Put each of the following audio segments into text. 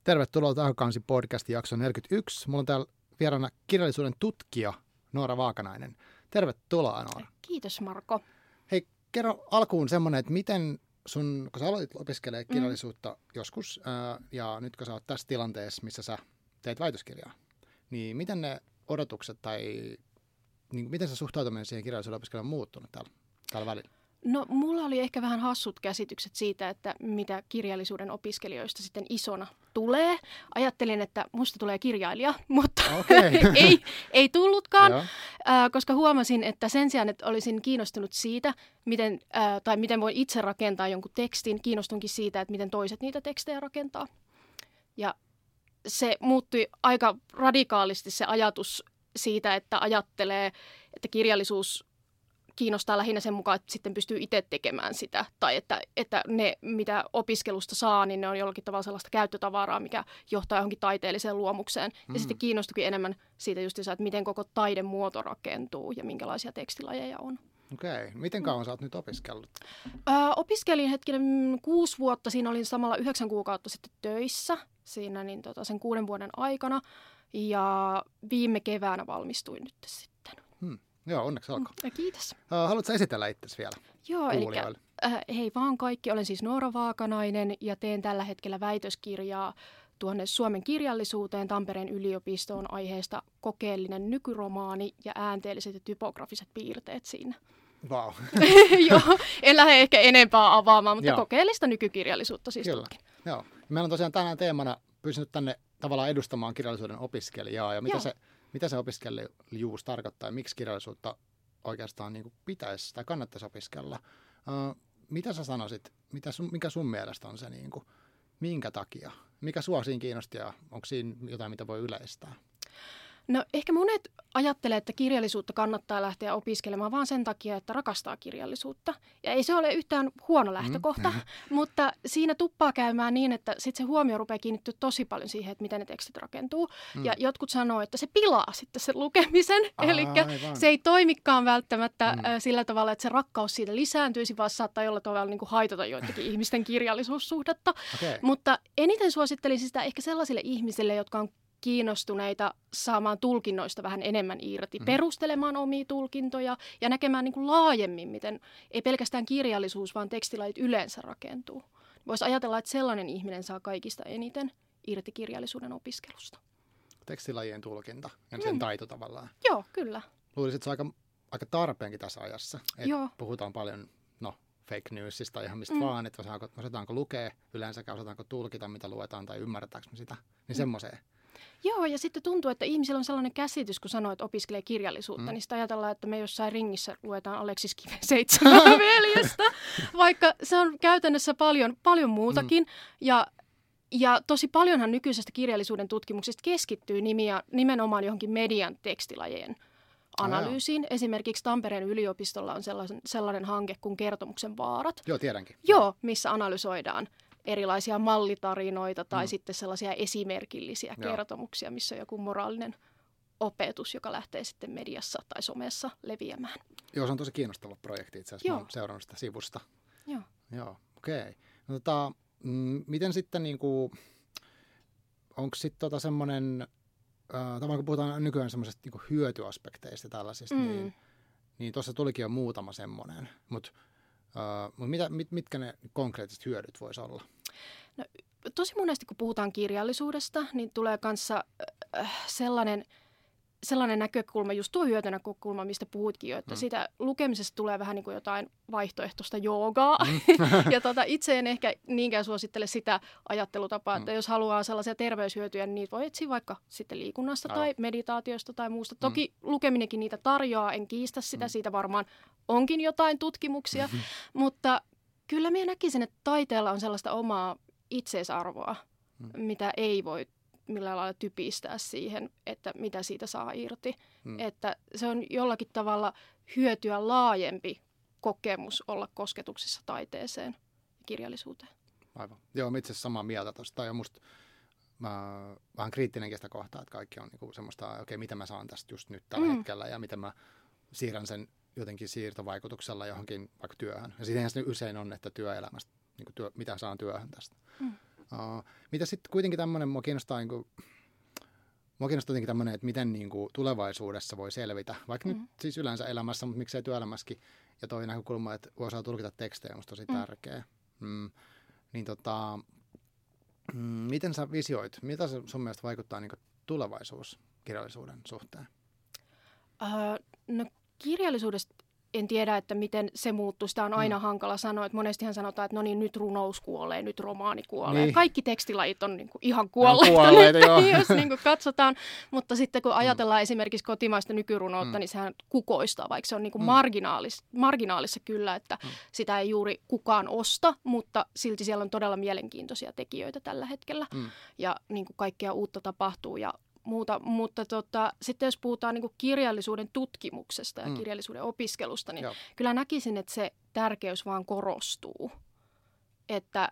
Tervetuloa Tahokansi podcastin jakso 41. Mulla on täällä vieraana kirjallisuuden tutkija Noora Vaakanainen. Tervetuloa, Noora. Kiitos, Marko. Hei, kerro alkuun semmoinen, että miten kun sä aloitit opiskelemaan kirjallisuutta joskus, ja nyt kun sä oot tässä tilanteessa, missä sä teet väitöskirjaa, niin miten ne odotukset tai niin miten se suhtautuminen siihen kirjallisuuden opiskeluun on muuttunut täällä välillä? No, mulla oli ehkä vähän hassut käsitykset siitä, että mitä kirjallisuuden opiskelijoista sitten isona tulee. Ajattelin, että musta tulee kirjailija, mutta ei tullutkaan, koska huomasin, että sen sijaan, että olisin kiinnostunut siitä, miten voi itse rakentaa jonkun tekstin, kiinnostunkin siitä, että miten toiset niitä tekstejä rakentaa. Ja se muuttui aika radikaalisti se ajatus siitä, että ajattelee, että kirjallisuus kiinnostaa lähinnä sen mukaan, että sitten pystyy itse tekemään sitä. Tai että ne, mitä opiskelusta saa, niin ne on jollakin tavalla sellaista käyttötavaraa, mikä johtaa johonkin taiteelliseen luomukseen. Ja sitten kiinnostuikin enemmän siitä justiinsa, että miten koko taidemuoto rakentuu ja minkälaisia tekstilajeja on. Okei. Miten kauan sä oot nyt opiskellut? Opiskelin 6 vuotta. Siinä olin samalla 9 kuukautta sitten töissä siinä sen 6 vuoden aikana. Ja viime keväänä valmistuin nyt sitten. Joo, onneksi olkoon. Kiitos. Haluatko esitellä itsesi vielä? Joo, eli hei vaan kaikki. Olen siis Noora Vaakanainen ja teen tällä hetkellä väitöskirjaa tuonne Suomen kirjallisuuteen Tampereen yliopistoon aiheesta kokeellinen nykyromaani ja äänteelliset ja typografiset piirteet siinä. Vau. Joo, en lähde ehkä enempää avaamaan, mutta kokeellista nykykirjallisuutta siis tutkin. Joo. Meillä on tosiaan tänään teemana pystynyt tänne tavallaan edustamaan kirjallisuuden opiskelijaa ja mitä se opiskelijuus tarkoittaa ja miksi kirjallisuutta oikeastaan niin kuin pitäisi tai kannattaisi opiskella. Mitä sä sanoisit, mikä sun mielestä on se, niin kuin, minkä takia? Mikä sua siinä kiinnosti ja onko siinä jotain, mitä voi yleistää? No ehkä monet ajattelee, että kirjallisuutta kannattaa lähteä opiskelemaan vaan sen takia, että rakastaa kirjallisuutta. Ja ei se ole yhtään huono lähtökohta, mutta siinä tuppaa käymään niin, että sitten se huomio rupeaa kiinnittyä tosi paljon siihen, että miten ne tekstit rakentuu. Ja jotkut sanoo, että se pilaa sitten sen lukemisen. Eli se ei toimikaan välttämättä sillä tavalla, että se rakkaus siitä lisääntyisi, vaan saattaa jollain tavalla niin kuin haitata joidenkin ihmisten kirjallisuussuhdetta. Okay. Mutta eniten suosittelisin sitä ehkä sellaisille ihmisille, jotka on kiinnostuneita saamaan tulkinnoista vähän enemmän irti, perustelemaan omia tulkintoja ja näkemään niin kuin laajemmin, miten ei pelkästään kirjallisuus, vaan tekstilajit yleensä rakentuu. Voisi ajatella, että sellainen ihminen saa kaikista eniten irti kirjallisuuden opiskelusta. Tekstilajien tulkinta ja sen taito tavallaan. Joo, kyllä. Luulisin, että se on aika tarpeenkin tässä ajassa. Puhutaan paljon fake newsista ihan mistä vaan, että osataanko lukea yleensäkään, osataanko tulkita, mitä luetaan tai ymmärretäänkö me sitä, niin semmoiseen. Joo, ja sitten tuntuu, että ihmisillä on sellainen käsitys, kun sanoo, että opiskelee kirjallisuutta, niin sitä ajatellaan, että me jossain ringissä luetaan Aleksis Kiven 7 veljestä, vaikka se on käytännössä paljon muutakin. Ja tosi paljonhan nykyisestä kirjallisuuden tutkimuksesta keskittyy nimenomaan johonkin median tekstilajien analyysiin. Esimerkiksi Tampereen yliopistolla on sellainen hanke kuin Kertomuksen vaarat. Joo, tiedänkin. Joo, missä analysoidaan erilaisia mallitarinoita tai sitten sellaisia esimerkillisiä kertomuksia, missä on joku moraalinen opetus, joka lähtee sitten mediassa tai somessa leviämään. Joo, se on tosi kiinnostava projekti itse asiassa. Mä oon seurannut sitä sivusta. Joo, okei. No, miten sitten, onko sitten semmoinen, tavallaan kun puhutaan nykyään semmoisesta hyötyaspekteista ja tällaisista, niin tuossa tulikin jo muutama semmoinen, mutta mitkä ne konkreettiset hyödyt voisi olla? No, tosi monesti, kun puhutaan kirjallisuudesta, niin tulee kanssa sellainen näkökulma, just tuo hyötynäkökulma, mistä puhutkin jo, että siitä lukemisesta tulee vähän niin kuin jotain vaihtoehtoista joogaa. Ja itse en ehkä niinkään suosittele sitä ajattelutapaa, että jos haluaa sellaisia terveyshyötyjä, niin niitä voi etsiä vaikka sitten liikunnasta tai meditaatiosta tai muusta. Toki lukeminenkin niitä tarjoaa, en kiistä sitä, siitä varmaan onkin jotain tutkimuksia, mutta kyllä minä näkisin, että taiteella on sellaista omaa itseisarvoa, mitä ei voi millään lailla typistää siihen, että mitä siitä saa irti. Että se on jollakin tavalla hyötyä laajempi kokemus olla kosketuksissa taiteeseen ja kirjallisuuteen. Aivan. Joo, olen itse asiassa samaa mieltä tuosta. Ja musta vähän kriittinenkin sitä kohtaa, että kaikki on niinku semmoista, okei, mitä mä saan tästä just nyt tällä hetkellä ja miten mä siirrän sen jotenkin siirtovaikutuksella johonkin vaikka työhön. Ja siitähän se usein on, että työelämästä, mitä saan työhön tästä. Mitä sitten kuitenkin tämmöinen, mua kiinnostaa jotenkin tämmöinen, että miten niin kuin tulevaisuudessa voi selvitä, vaikka nyt siis yleensä elämässä, mutta miksei työelämässäkin. Ja toi näkökulma, että osaa tulkita tekstejä, on musta tosi tärkeä. Niin miten sä visioit, mitä se sun mielestä vaikuttaa niin kuin tulevaisuus kirjallisuuden suhteen? No kirjallisuudesta en tiedä, että miten se muuttuu. Sitä on aina hankala sanoa, että monestihan sanotaan, että no niin, nyt runous kuolee, nyt romaani kuolee. Niin. Kaikki tekstilajit on niin kuin ihan kuolleita, jos niin kuin katsotaan. Mutta sitten kun ajatellaan esimerkiksi kotimaista nykyrunoutta, niin sehän kukoistaa, vaikka se on niin kuin marginaalissa kyllä, että sitä ei juuri kukaan osta, mutta silti siellä on todella mielenkiintoisia tekijöitä tällä hetkellä. Ja niin kuin kaikkea uutta tapahtuu ja muuta, mutta sitten jos puhutaan niin kuin kirjallisuuden tutkimuksesta ja kirjallisuuden opiskelusta, niin kyllä näkisin, että se tärkeys vaan korostuu. Että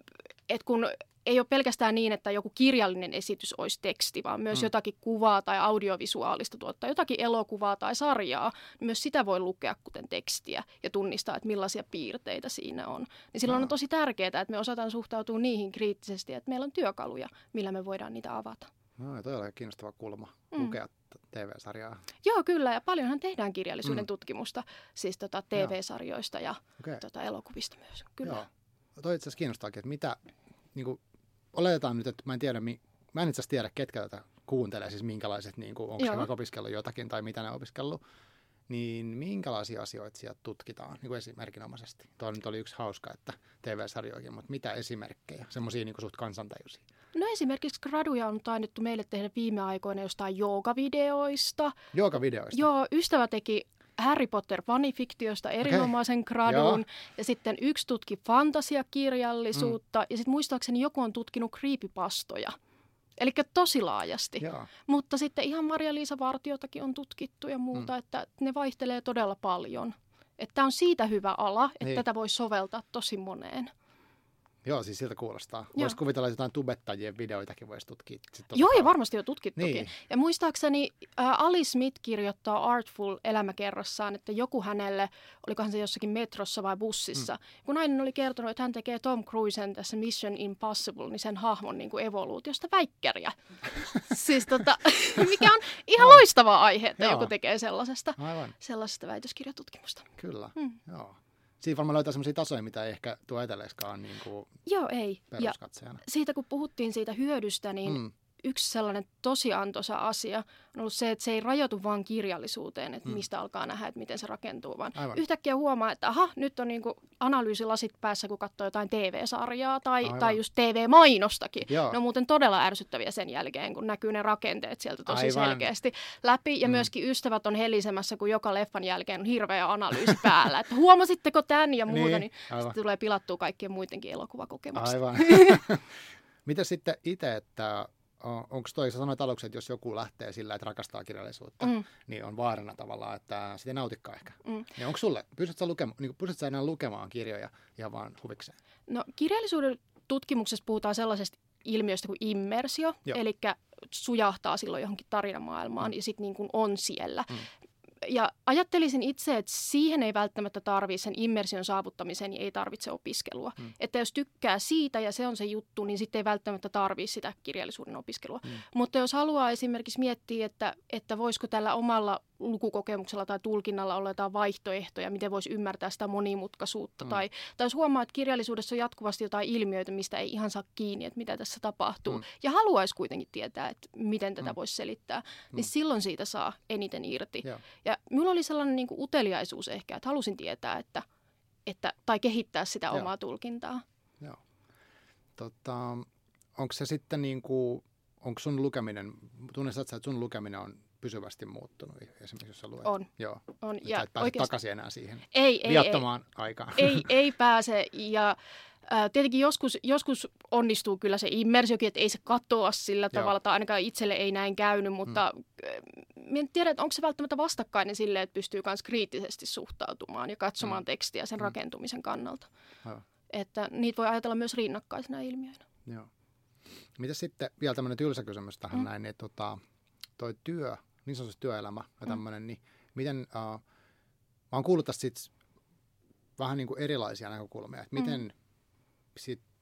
kun ei ole pelkästään niin, että joku kirjallinen esitys olisi teksti, vaan myös jotakin kuvaa tai audiovisuaalista tuottaa, jotakin elokuvaa tai sarjaa, niin myös sitä voi lukea kuten tekstiä ja tunnistaa, että millaisia piirteitä siinä on. Niin silloin on tosi tärkeää, että me osataan suhtautua niihin kriittisesti, että meillä on työkaluja, millä me voidaan niitä avata. No, toi on kiinnostava kulma lukea TV-sarjaa. Joo, kyllä. Ja paljonhan tehdään kirjallisuuden tutkimusta, siis TV-sarjoista ja elokuvista myös. Kyllä. Joo. Toi itse asiassa kiinnostaakin, että mitä, niin kuin, oletetaan nyt, että mä en itse asiassa tiedä, ketkä tätä kuuntelee, siis minkälaiset, niin kuin, onko he opiskellut jotakin tai mitä ne on opiskellut, niin minkälaisia asioita sieltä tutkitaan niin kuin esimerkinomaisesti? Tuo nyt oli yksi hauska, että TV-sarjoikin, mutta mitä esimerkkejä, semmoisia niin kuin suht kansantajuisia? No esimerkiksi graduja on taidettu meille tehdä viime aikoina jostain joogavideoista. Joogavideoista? Joo, ystävä teki Harry Potter-fanifiktiosta erinomaisen gradun. Ja sitten yksi tutki fantasiakirjallisuutta. Ja sitten muistaakseni joku on tutkinut creepypastoja. Eli tosi laajasti. Joo. Mutta sitten ihan Maria-Liisa Vartiotakin on tutkittu ja muuta, että ne vaihtelee todella paljon. Että on siitä hyvä ala, että tätä voi soveltaa tosi moneen. Joo, siis siltä kuulostaa. Voisi kuvitella, että jotain tubettajien videoitakin voisi tutkia. Joo, ja varmasti on tutkittukin. Niin. Ja muistaakseni Ali Smith kirjoittaa Artful-elämäkerrassaan, että joku hänelle, olikohan se jossakin metrossa vai bussissa, kun nainen oli kertonut, että hän tekee Tom Cruisen tässä Mission Impossible, niin sen hahmon niin kuin evoluutiosta väikkäriä. Siis mikä on ihan loistava aihe, että joku tekee sellaisesta väitöskirjatutkimusta. Kyllä, joo. Siinä varmaan löytää sellaisia tasoja, mitä ei ehkä tuo eteleiskaan niin peruskatseena. Ja siitä kun puhuttiin siitä hyödystä, niin yksi sellainen tosi antoisa asia on ollut se, että se ei rajoitu vaan kirjallisuuteen, että mistä alkaa nähdä, että miten se rakentuu, vaan yhtäkkiä huomaa, että nyt on niin kuin analyysilasit päässä, kun katsoo jotain TV-sarjaa tai just TV-mainostakin. Joo. Ne on muuten todella ärsyttäviä sen jälkeen, kun näkyy ne rakenteet sieltä tosi selkeästi läpi. Ja myöskin ystävät on helisemässä, kun joka leffan jälkeen on hirveä analyysi päällä. Että huomasitteko tämän ja muuta, niin sitten tulee pilattua kaikkien muidenkin elokuvakokemukset. Aivan. Mitä sitten itse, että onko toi, sä sanoit aluksi, että jos joku lähtee sillä, että rakastaa kirjallisuutta, niin on vaarana tavallaan, että sitä ei nautikaan ehkä. Niin onko sulle, pystytkö sä enää lukemaan kirjoja ihan vaan huvikseen? No kirjallisuuden tutkimuksessa puhutaan sellaisesta ilmiöstä kuin immersio, eli sujahtaa silloin johonkin tarinamaailmaan ja sitten niin kuin on siellä. Ja ajattelisin itse, että siihen ei välttämättä tarvitse, sen immersion saavuttamiseen niin ei tarvitse opiskelua. Että jos tykkää siitä ja se on se juttu, niin sitten ei välttämättä tarvitse sitä kirjallisuuden opiskelua. Mutta jos haluaa esimerkiksi miettiä, että voisiko tällä omalla lukukokemuksella tai tulkinnalla olla jotain vaihtoehtoja, miten voisi ymmärtää sitä monimutkaisuutta. Tai jos huomaa, että kirjallisuudessa on jatkuvasti jotain ilmiöitä, mistä ei ihan saa kiinni, että mitä tässä tapahtuu. Ja haluaisi kuitenkin tietää, että miten tätä voisi selittää, niin silloin siitä saa eniten irti. Ja minulla oli sellainen niin kuin uteliaisuus ehkä, että halusin tietää, tai kehittää sitä omaa tulkintaa. Joo. Onko se sitten niin kuin, onko sun lukeminen, tunnistat sä, että sun lukeminen on pysyvästi muuttunut esimerkiksi, jos sä luet? On. Joo. On. Ja et pääse takaisin enää siihen viattomaan aikaan. Ei pääse. Ja tietenkin joskus onnistuu kyllä se immersiokin, että ei se katoa sillä tavalla, tai ainakaan itselle ei näin käynyt, mutta en tiedä, että onko se välttämättä vastakkainen silleen, että pystyy myös kriittisesti suhtautumaan ja katsomaan tekstiä sen rakentumisen kannalta. Että niitä voi ajatella myös rinnakkaisina ilmiöinä. Joo. Mitäs sitten vielä tämmöinen tylsä kysymys tähän näin, että toi työ, niin sanotusti työelämä ja tämmöinen, niin miten, mä oon kuullut tästä sit vähän niin kuin erilaisia näkökulmia, että miten sit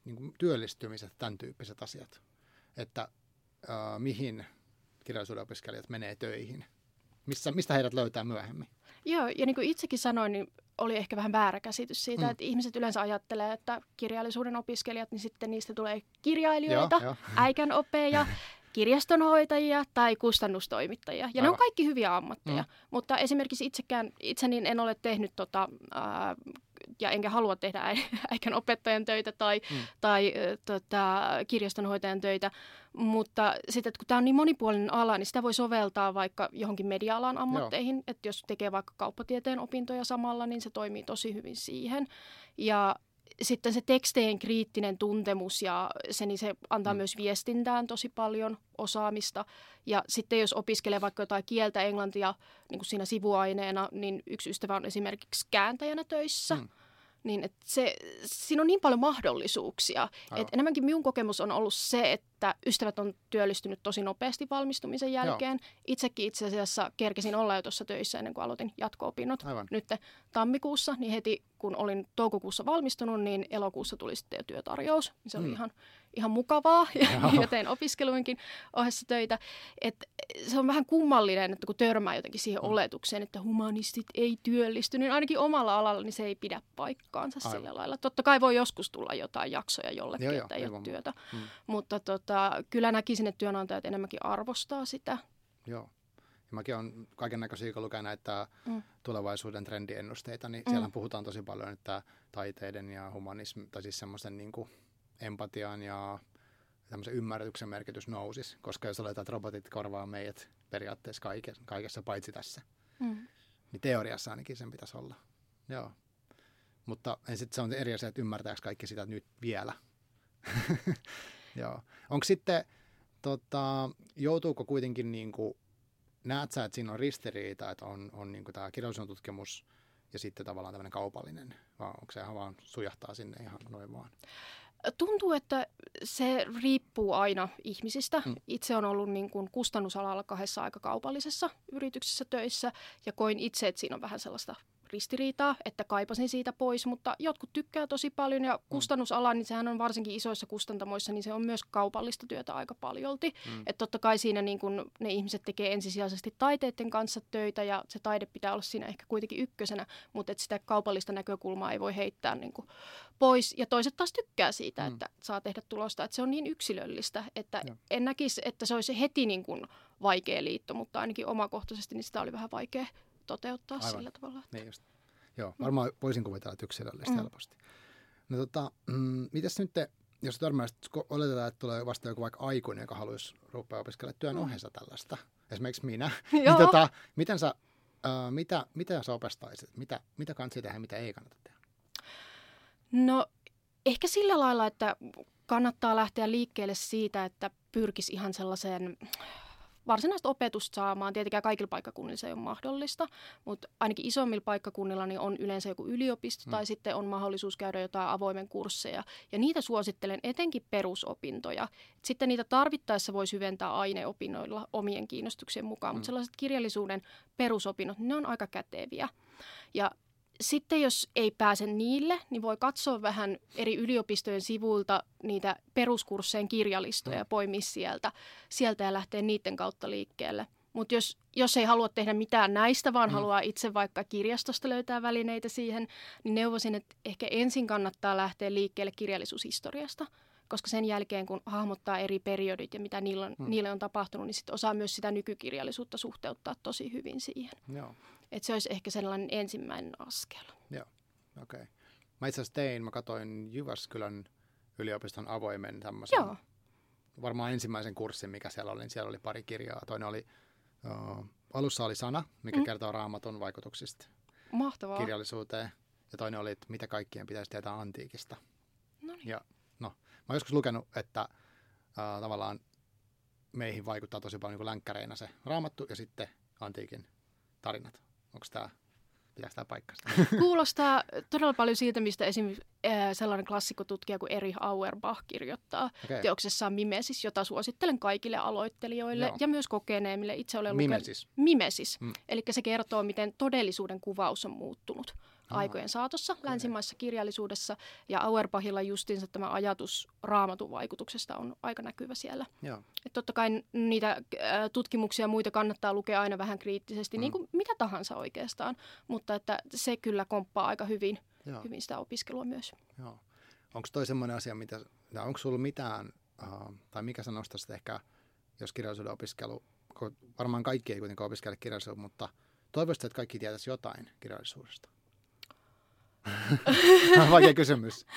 niin kuin työllistymiset, tämän tyyppiset asiat, että mihin kirjallisuuden opiskelijat menee töihin, mistä heidät löytää myöhemmin. Joo, ja niin kuin itsekin sanoin, niin oli ehkä vähän väärä käsitys siitä, että ihmiset yleensä ajattelee, että kirjallisuuden opiskelijat, niin sitten niistä tulee kirjailijoita, äikänoppeja, kirjastonhoitajia tai kustannustoimittajia. Ja ne on kaikki hyviä ammatteja, mutta esimerkiksi itse niin en ole tehnyt ja enkä halua tehdä äikän opettajan töitä tai kirjastonhoitajan töitä, mutta sitten kun tämä on niin monipuolinen ala, niin sitä voi soveltaa vaikka johonkin media-alan ammatteihin, että jos tekee vaikka kauppatieteen opintoja samalla, niin se toimii tosi hyvin siihen. Ja sitten se tekstejen kriittinen tuntemus ja niin se antaa myös viestintään tosi paljon osaamista. Ja sitten jos opiskelee vaikka jotain kieltä, englantia niin kuin siinä sivuaineena, niin yksi ystävä on esimerkiksi kääntäjänä töissä. Niin että siinä on niin paljon mahdollisuuksia. Että enemmänkin minun kokemus on ollut se, että ystävät on työllistynyt tosi nopeasti valmistumisen jälkeen. Itsekin itse asiassa kerkesin olla jo tuossa töissä ennen kuin aloitin jatko-opinnot. Nyt tammikuussa, niin heti kun olin toukokuussa valmistunut, niin elokuussa tuli sitten jo työtarjous. Se oli ihan mukavaa ja tein opiskeluinkin ohessa töitä. Et se on vähän kummallinen, että kun törmää jotenkin siihen oletukseen, että humanistit ei työllisty, niin ainakin omalla alalla niin se ei pidä paikkaansa sillä lailla. Totta kai voi joskus tulla jotain jaksoja jollekin, että ei ole työtä. Mutta kyllä näkisin, että työnantajat enemmänkin arvostaa sitä. Joo. Ja mäkin olen kaikennäköisiä, kun lukee näitä tulevaisuuden trendiennusteita, niin siellä puhutaan tosi paljon, että taiteiden ja humanismin, tai siis semmoisen niin kuin empatian ja tämmöisen ymmärryksen merkitys nousisi, koska jos oletaan, että robotit korvaa meidät periaatteessa kaikessa paitsi tässä, niin teoriassa ainakin sen pitäisi olla. Joo. Mutta sitten se on eri asia, että ymmärtääkö kaikki sitä nyt vielä. Joo. Onko sitten, joutuuko kuitenkin, niin kuin, näet sä, että siinä on ristiriita, että on niin kuin tämä kirjallisuuden tutkimus ja sitten tavallaan tämmöinen kaupallinen, vai onko se ihan vaan sujahtaa sinne ihan noin vaan? Tuntuu, että se riippuu aina ihmisistä. Itse olen ollut niin kuin kustannusalalla 2 aika kaupallisessa yrityksessä töissä ja koin itse, että siinä on vähän sellaista ristiriitaa, että kaipasin siitä pois, mutta jotkut tykkää tosi paljon ja kustannusala, niin sehän on varsinkin isoissa kustantamoissa, niin se on myös kaupallista työtä aika paljolti. Että totta kai siinä niin kun ne ihmiset tekee ensisijaisesti taiteiden kanssa töitä ja se taide pitää olla siinä ehkä kuitenkin ykkösenä, mutta että sitä kaupallista näkökulmaa ei voi heittää niin kuin pois. Ja toiset taas tykkää siitä, että saa tehdä tulosta, että se on niin yksilöllistä, että en näkisi, että se olisi heti niin kuin vaikea liitto, mutta ainakin omakohtaisesti niin sitä oli vähän vaikea toteuttaa sillä tavalla. Niin just. Joo, varmaan voisin kuvitella, että yksilöllistä helposti. No mitäs nyt, jos oletetaan, että tulee vasta joku vaikka aikuinen, joka haluaisi rupea opiskelemaan työn ohessa tällaista, esimerkiksi minä, niin mitä sä opastaisit? Mitä kannattaa tehdä ja mitä ei kannata tehdä? No ehkä sillä lailla, että kannattaa lähteä liikkeelle siitä, että pyrkisi ihan sellaiseen varsinaista opetusta saamaan. Tietenkään kaikilla paikkakunnilla se ei ole mahdollista, mutta ainakin isommilla paikkakunnilla niin on yleensä joku yliopisto tai sitten on mahdollisuus käydä jotain avoimen kursseja. Ja niitä suosittelen etenkin perusopintoja. Sitten niitä tarvittaessa voi syventää aineopinnoilla omien kiinnostuksien mukaan, mutta sellaiset kirjallisuuden perusopinnot, ne on aika käteviä. Ja sitten jos ei pääse niille, niin voi katsoa vähän eri yliopistojen sivuilta niitä peruskursseen kirjalistoja ja poimia sieltä ja lähteä niiden kautta liikkeelle. Mutta jos ei halua tehdä mitään näistä, vaan haluaa itse vaikka kirjastosta löytää välineitä siihen, niin neuvoisin, että ehkä ensin kannattaa lähteä liikkeelle kirjallisuushistoriasta. Koska sen jälkeen, kun hahmottaa eri periodit ja mitä niille on tapahtunut, niin sitten osaa myös sitä nykykirjallisuutta suhteuttaa tosi hyvin siihen. Joo. Että se olisi ehkä sellainen ensimmäinen askel. Joo, okei. Mä itse asiassa mä katsoin Jyväskylän yliopiston avoimen tämmöisen, varmaan ensimmäisen kurssin, mikä siellä oli. Siellä oli pari kirjaa. Toinen oli, alussa oli sana, mikä kertoo Raamatun vaikutuksista kirjallisuuteen. Ja toinen oli, että mitä kaikkien pitäisi tietää antiikista. Noniin. Ja mä oon joskus lukenut, että tavallaan meihin vaikuttaa tosi paljon niin kuin länkkäreinä se Raamattu ja sitten antiikin tarinat. Pitääkö tämä paikkansa? Kuulostaa todella paljon siitä, mistä esimerkiksi sellainen klassikkotutkija kuin Erich Auerbach kirjoittaa teoksessaan Mimesis, jota suosittelen kaikille aloittelijoille ja myös kokeneemmille. Itse olen lukenut Mimesis. Eli se kertoo, miten todellisuuden kuvaus on muuttunut aikojen saatossa länsimaisessa kirjallisuudessa. Ja Auerbachilla justiinsa tämä ajatus Raamatun vaikutuksesta on aika näkyvä siellä. Et totta kai niitä tutkimuksia ja muita kannattaa lukea aina vähän kriittisesti, niin kuin mitä tahansa oikeastaan. Mutta että se kyllä komppaa aika hyvin sitä opiskelua myös. Onko toi semmoinen asia, onko sulla mitään, tai mikä sä nostaisit ehkä, jos kirjallisuuden opiskelu, varmaan kaikki ei kuitenkaan opiskele kirjallisuutta, mutta toivoisit, että kaikki tietäisi jotain kirjallisuudesta? Vaikea kysymys.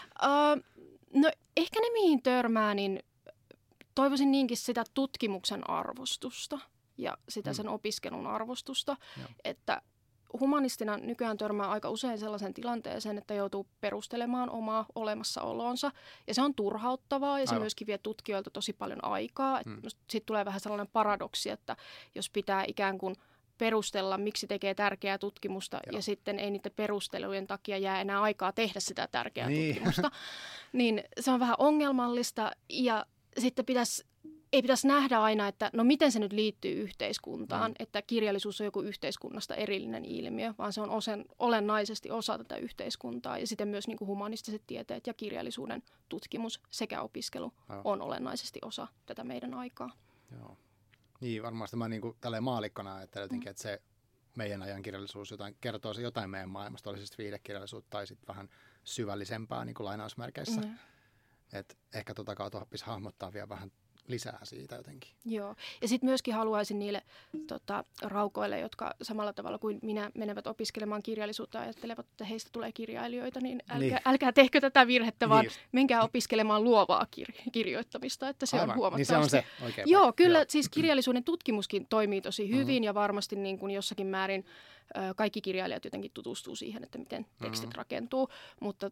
No ehkä ne mihin törmää, niin toivoisin niinkin sitä tutkimuksen arvostusta ja sitä sen opiskelun arvostusta, että humanistina nykyään törmää aika usein sellaisen tilanteeseen, että joutuu perustelemaan omaa olemassaolonsa. Ja se on turhauttavaa ja se myöskin vie tutkijoilta tosi paljon aikaa. Sitten tulee vähän sellainen paradoksi, että jos pitää ikään kuin perustella, miksi tekee tärkeää tutkimusta ja sitten ei niiden perustelujen takia jää enää aikaa tehdä sitä tärkeää tutkimusta, niin se on vähän ongelmallista ja sitten ei pitäisi nähdä aina, että no miten se nyt liittyy yhteiskuntaan, että kirjallisuus on joku yhteiskunnasta erillinen ilmiö, vaan se on olennaisesti osa tätä yhteiskuntaa ja sitten myös niin kuin humanistiset tieteet ja kirjallisuuden tutkimus sekä opiskelu on olennaisesti osa tätä meidän aikaa. Joo. Niin, varmasti mä niin kuin tälleen maalikkona ajattelen jotenkin, että se meidän ajan kirjallisuus kertoo se jotain meidän maailmasta, oli siis viihdekirjallisuutta tai sitten vähän syvällisempää niin kuin lainausmerkeissä. Että ehkä kautta oppisi hahmottaa vielä vähän lisää siitä jotenkin. Joo, ja sitten myöskin haluaisin niille raukoille, jotka samalla tavalla kuin minä menevät opiskelemaan kirjallisuutta ja ajattelevat, että heistä tulee kirjailijoita, niin älkää tehkö tätä virhettä, vaan menkää opiskelemaan luovaa kirjoittamista, että se on huomattavasti. Niin se on se oikein. Joo, kyllä siis kirjallisuuden tutkimuskin toimii tosi hyvin ja varmasti niin kuin jossakin määrin kaikki kirjailijat jotenkin tutustuu siihen, että miten tekstit rakentuu, mutta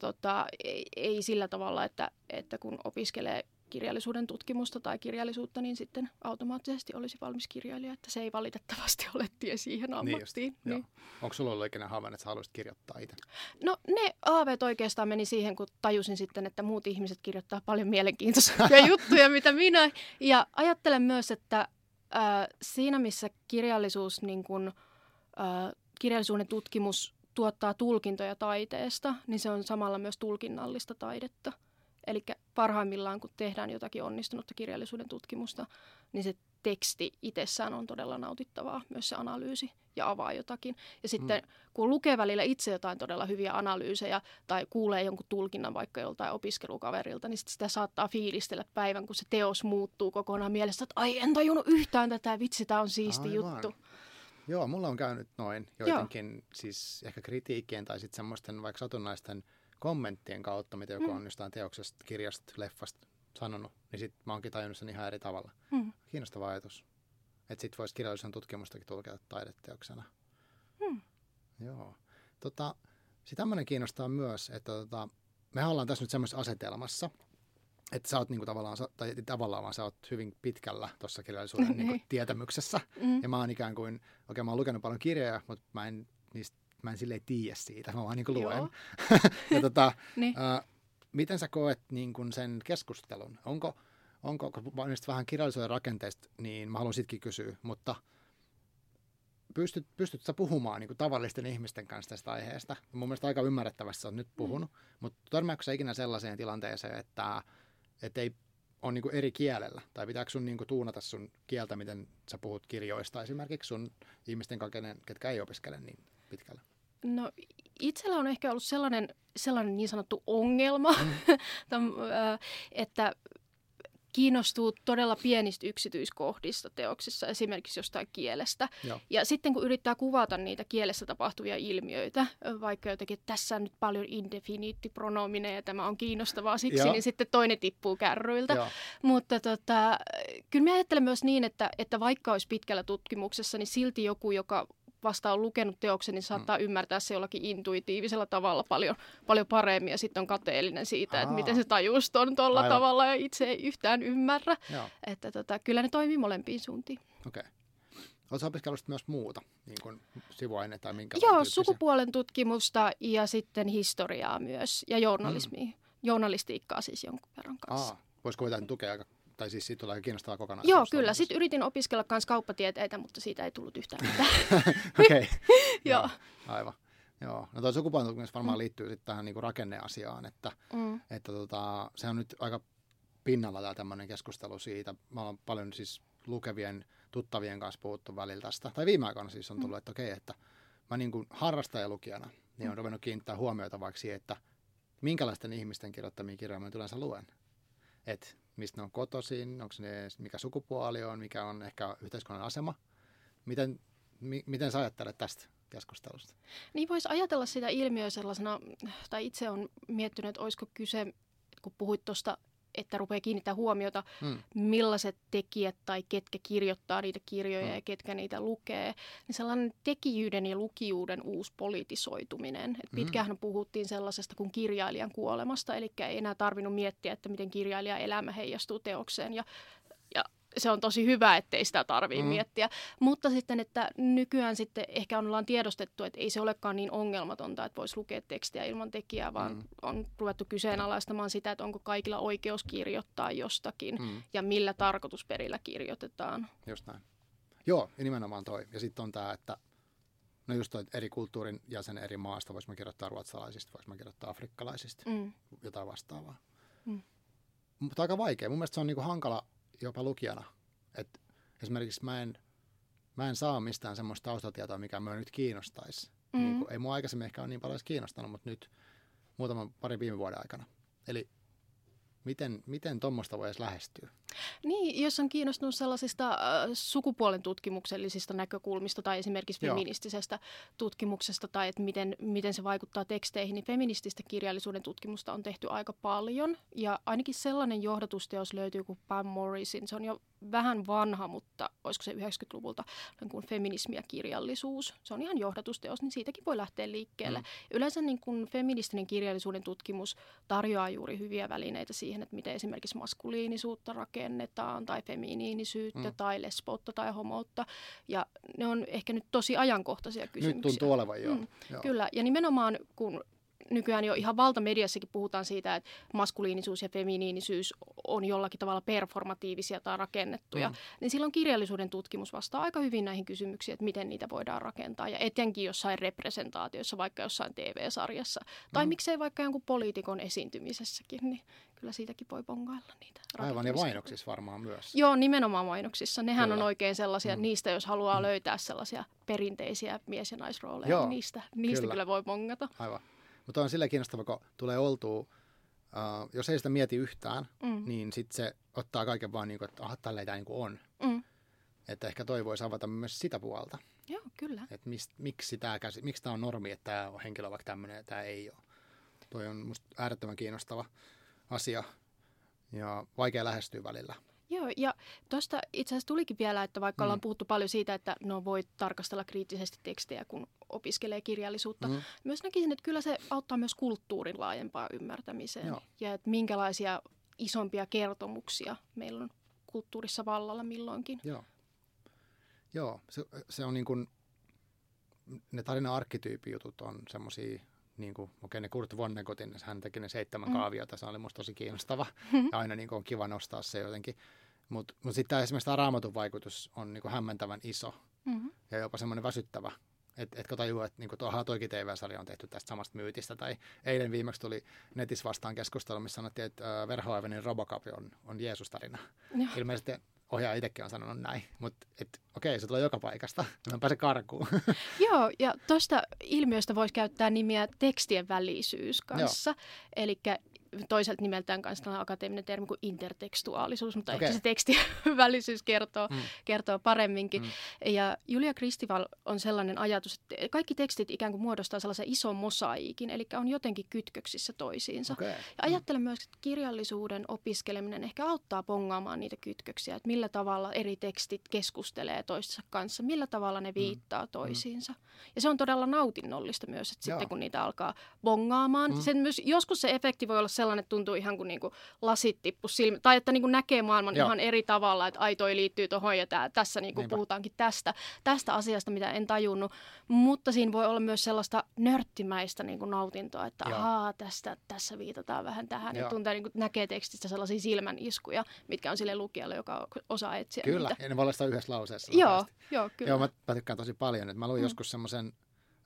ei sillä tavalla, että kun opiskelee kirjallisuuden tutkimusta tai kirjallisuutta, niin sitten automaattisesti olisi valmis kirjailija, että se ei valitettavasti ole tie siihen ammattiin. Niin. Onko sulla ollut ikinä haaveena, että sä haluaisit kirjoittaa itse? No ne haaveet oikeastaan meni siihen, kun tajusin sitten, että muut ihmiset kirjoittaa paljon mielenkiintoisia juttuja, mitä minä. Ja ajattelen myös, että siinä missä kirjallisuus, niin kun, kirjallisuuden tutkimus tuottaa tulkintoja taiteesta, niin se on samalla myös tulkinnallista taidetta. Eli parhaimmillaan, kun tehdään jotakin onnistunutta kirjallisuuden tutkimusta, niin se teksti itsessään on todella nautittavaa, myös se analyysi ja avaa jotakin. Ja sitten kun lukee välillä itse jotain todella hyviä analyysejä tai kuulee jonkun tulkinnan vaikka joltain opiskelukaverilta, niin sitä saattaa fiilistellä päivän, kun se teos muuttuu kokonaan mielessä, että ai en tajunnut yhtään tätä, vitsi, tämä on siisti juttu. Joo, mulla on käynyt noin joidenkin siis ehkä kritiikkien tai sitten semmoisten vaikka satunnaisten kommenttien kautta, mitä joku on jostain teoksesta, kirjasta, leffasta sanonut, niin sitten mä oonkin tajunnut sen ihan eri tavalla. Kiinnostava ajatus. Että sitten voisi kirjallisuuden tutkimustakin tulkita taideteoksena. Joo. Sitten tämmöinen kiinnostaa myös, että me ollaan tässä nyt semmoisessa asetelmassa, että sä oot niinku tavallaan vaan sä oot hyvin pitkällä tuossa kirjallisuuden niinku tietämyksessä. Ja mä oon ikään kuin, mä oon lukenut paljon kirjoja, mutta mä en silleen tiedä siitä, mä vaan niin kuin luen. Ja miten sä koet niin kuin sen keskustelun? Onko vähän kirjallisuuden rakenteista, niin mä haluan sitkin kysyä, mutta pystyt sä puhumaan niin kuin tavallisten ihmisten kanssa tästä aiheesta? Mun mielestä aika ymmärrettävästi sä oot nyt puhunut, mutta törmääkö sä ikinä sellaiseen tilanteeseen, että ei ole niin kuin eri kielellä? Tai pitääkö sun niin kuin tuunata sun kieltä, miten sä puhut kirjoista esimerkiksi sun ihmisten kanssa, ketkä ei opiskele niin pitkällä? No itsellä on ehkä ollut sellainen niin sanottu ongelma, että kiinnostuu todella pienistä yksityiskohdista teoksissa, esimerkiksi jostain kielestä. Ja sitten kun yrittää kuvata niitä kielessä tapahtuvia ilmiöitä, vaikka jotenkin, että tässä on nyt paljon indefiniittipronomineja ja tämä on kiinnostavaa siksi, niin sitten toinen tippuu kärryiltä. Mutta kyllä mä ajattelen myös niin, että vaikka olisi pitkällä tutkimuksessa, niin silti joku, joka vasta on lukenut teoksen, niin saattaa ymmärtää se jollakin intuitiivisella tavalla paljon paremmin ja sitten on kateellinen siitä, että miten se tajus on tuolla tavalla ja itse ei yhtään ymmärrä. Että kyllä ne toimii molempiin suuntiin. Okei. Oletko opiskellut myös muuta, niin kuin sivuaine tai minkä? Joo, sukupuolen tutkimusta ja sitten historiaa myös ja journalismia. Journalistiikkaa siis jonkun verran kanssa. Voisiko jotain tukea aika? Tai siis siitä tulee aika kiinnostavaa kokonaan. Joo, kyllä. Sitten yritin opiskella myös kauppatieteitä, mutta siitä ei tullut yhtään mitään. Okei. Joo. Aivan. Joo, no tuo sukupuolitutkimus varmaan liittyy sitten tähän niinku rakenneasiaan, että se on nyt aika pinnalla tämä tämmöinen keskustelu siitä. Mä olen paljon siis lukevien tuttavien kanssa puhuttu välillä tästä, tai viime aikoina siis on tullut, että okei, että mä niin kuin harrastajalukijana niin on ruvennut kiinnittää huomiota vaikka siihen, että minkälaisten ihmisten kirjoittamia kirjoja mä yleensä luen. Että mistä ne on kotoisin, onko ne, mikä sukupuoli on, mikä on ehkä yhteiskunnan asema. Miten sä ajattelet tästä keskustelusta? Niin voisi ajatella sitä ilmiöä sellaisena, tai itse olen miettinyt, että olisiko kyse, kun puhuit tuosta, että rupeaa kiinnittää huomiota, millaiset tekijät tai ketkä kirjoittaa niitä kirjoja ja ketkä niitä lukee, niin sellainen tekijyyden ja lukijuuden uusi politisoituminen. Pitkäänhän puhuttiin sellaisesta kuin kirjailijan kuolemasta, eli ei enää tarvinnut miettiä, että miten kirjailijan elämä heijastuu teokseen ja se on tosi hyvä, ettei sitä tarvitse miettiä. Mutta sitten, että nykyään sitten ehkä ollaan tiedostettu, että ei se olekaan niin ongelmatonta, että voisi lukea tekstiä ilman tekijää, vaan on ruvettu kyseenalaistamaan sitä, että onko kaikilla oikeus kirjoittaa jostakin ja millä tarkoitusperillä kirjoitetaan. Just näin. Joo, ja nimenomaan toi. Ja sitten on tämä, että no just toi, eri kulttuurin jäsen eri maasta, voisi mä kirjoittaa ruotsalaisista, voisi mä kirjoittaa afrikkalaisista, jotain vastaavaa. Mutta aika vaikea. Mun mielestä se on niinku hankala jopa lukijana. Et esimerkiksi mä en saa mistään semmoista taustatietoa, mikä minua nyt kiinnostaisi. Niin ei mua aikaisemmin ehkä ole niin paljon kiinnostanut, mutta nyt pari viime vuoden aikana. Eli miten tuommoista voi edes lähestyä? Niin, jos on kiinnostunut sellaisista sukupuolen tutkimuksellisista näkökulmista tai esimerkiksi feministisestä tutkimuksesta tai että miten se vaikuttaa teksteihin, niin feminististä kirjallisuuden tutkimusta on tehty aika paljon. Ja ainakin sellainen johdatusteos löytyy kuin Pam Morrisin. Se on jo vähän vanha, mutta olisiko se 90-luvulta kuin feminismi ja kirjallisuus. Se on ihan johdatusteos, niin siitäkin voi lähteä liikkeelle. Yleensä niin kuin feministinen kirjallisuuden tutkimus tarjoaa juuri hyviä välineitä siihen, että miten esimerkiksi maskuliinisuutta rakennetaan tai feminiinisyyttä tai lesboutta tai homoutta. Ja ne on ehkä nyt tosi ajankohtaisia kysymyksiä. Nyt tuntuu olevan joo. Kyllä, ja nimenomaan kun nykyään jo ihan valtamediassakin puhutaan siitä, että maskuliinisuus ja feminiinisyys on jollakin tavalla performatiivisia tai rakennettuja, niin silloin kirjallisuuden tutkimus vastaa aika hyvin näihin kysymyksiin, että miten niitä voidaan rakentaa. Ja etenkin jossain representaatiossa, vaikka jossain TV-sarjassa, tai miksei vaikka jonkun poliitikon esiintymisessäkin, niin kyllä siitäkin voi bongailla niitä. Aivan, ja mainoksissa varmaan myös. Joo, nimenomaan mainoksissa. Nehän on oikein sellaisia, niistä jos haluaa löytää sellaisia perinteisiä mies- ja naisrooleja, niin niistä kyllä voi bongata. Aivan. Mutta on sillä kiinnostava, kun tulee oltua, jos ei sitä mieti yhtään, niin sitten se ottaa kaiken vaan, niin kuin, että tälleen tämä niin on. Että ehkä toivoisi avata myös sitä puolta. Joo, kyllä. Että miksi tämä on normi, että tämä on henkilö vaikka tämmöinen ja tämä ei ole. Toi on musta äärettömän kiinnostava asia ja vaikea lähestyä välillä. Joo, ja tuosta itse asiassa tulikin vielä, että vaikka ollaan puhuttu paljon siitä, että voi tarkastella kriittisesti tekstejä, kun opiskelee kirjallisuutta, myös näkisin, että kyllä se auttaa myös kulttuurin laajempaa ymmärtämiseen. Joo. Ja että minkälaisia isompia kertomuksia meillä on kulttuurissa vallalla milloinkin. Joo. Se on niin kuin, ne tarina-arkkityypijutut on semmoisia, niin kuin, ne Kurt Vonnegutin, hän teki ne 7 kaaviota, se oli musta tosi kiinnostava. Ja aina niin kuin, on kiva nostaa se jotenkin. Mutta sitten esimerkiksi tämä Raamatun vaikutus on niin kuin hämmentävän iso ja jopa semmoinen väsyttävä. Että tajuu, että niin toikin TV-sarja on tehty tästä samasta myytistä. Tai eilen viimeksi tuli netissä vastaan keskustelu, missä sanottiin, että Verhoevenin Robocop on Jeesus-tarina. Ilmeisesti ohjaaja itsekin on sanonut näin, mutta okei, se tulee joka paikasta. Mä en pääse karkuun. Joo, ja tuosta ilmiöstä voisi käyttää nimiä tekstien välisyys kanssa. Eli toiselta nimeltään kanssa tällainen akateeminen termi kuin intertekstuaalisuus, mutta ehkä se tekstien välisyys kertoo paremminkin. Ja Julia Kristival on sellainen ajatus, että kaikki tekstit ikään kuin muodostaa sellaisen ison mosaiikin, eli on jotenkin kytköksissä toisiinsa. Ja ajattelen myös, että kirjallisuuden opiskeleminen ehkä auttaa bongaamaan niitä kytköksiä, että millä tavalla eri tekstit keskustelee toistensa kanssa, millä tavalla ne viittaa toisiinsa. Ja se on todella nautinnollista myös, että sitten kun niitä alkaa bongaamaan. Sen myös, joskus se efekti voi olla sellainen, että tuntuu ihan kuin niinku lasit tippu silmä, tai että niinku näkee maailman ihan eri tavalla, että ai toi liittyy tuohon ja tässä niinku puhutaankin tästä asiasta, mitä en tajunnut. Mutta siinä voi olla myös sellaista nörttimäistä niinku nautintoa, että tässä viitataan vähän tähän. Ja tuntee, niinku, näkee tekstistä sellaisia silmän iskuja, mitkä on sille lukijalle, joka osaa etsiä kyllä, niitä. Ja ne voi olla sitä yhdessä lauseessa. Joo, kyllä. Joo, mä tykkään tosi paljon. Mä luin joskus semmoisen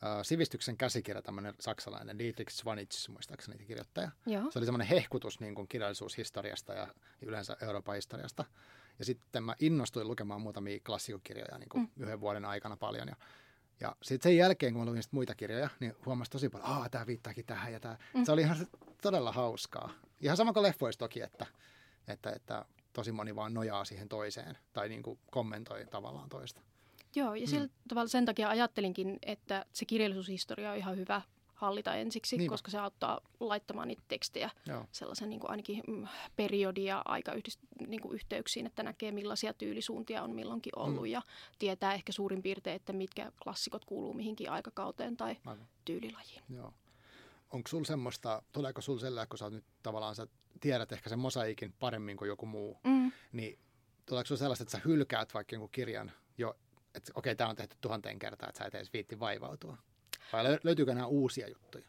Sivistyksen käsikirja, tämmöinen saksalainen Dietrich Swanitsch, muistaakseni kirjoittaja. Joo. Se oli semmoinen hehkutus niin kuin kirjallisuushistoriasta ja yleensä Euroopan historiasta. Ja sitten mä innostuin lukemaan muutamia klassikokirjoja niin kuin 1 vuoden aikana paljon. Ja sitten sen jälkeen, kun mä luin muita kirjoja, niin huomasin tosi paljon, tämä viittaakin tähän ja tämä. Se oli ihan todella hauskaa. Ihan sama kuin leffoissa toki, että tosi moni vaan nojaa siihen toiseen tai niin kuin kommentoi tavallaan toista. Joo, ja sillä tavalla sen takia ajattelinkin, että se kirjallisuushistoria on ihan hyvä hallita ensiksi, koska se auttaa laittamaan niitä tekstejä sellaisen niin kuin ainakin periodi- ja aikayhteyksiin, että näkee millaisia tyylisuuntia on milloinkin ollut ja tietää ehkä suurin piirtein, että mitkä klassikot kuuluu mihinkin aikakauteen tai tyylilajiin. Joo. Onko sulla semmoista, tuleeko sulla sellainen, kun sä nyt tavallaan sä tiedät ehkä sen mosaiikin paremmin kuin joku muu, niin tuleeko sulla sellaista, että sä hylkäät vaikka jonkun kirjan jo, että okei, tämä on tehty 1000 kertaa, että sä et edes viitti vaivautua? Vai löytyykö nämä uusia juttuja?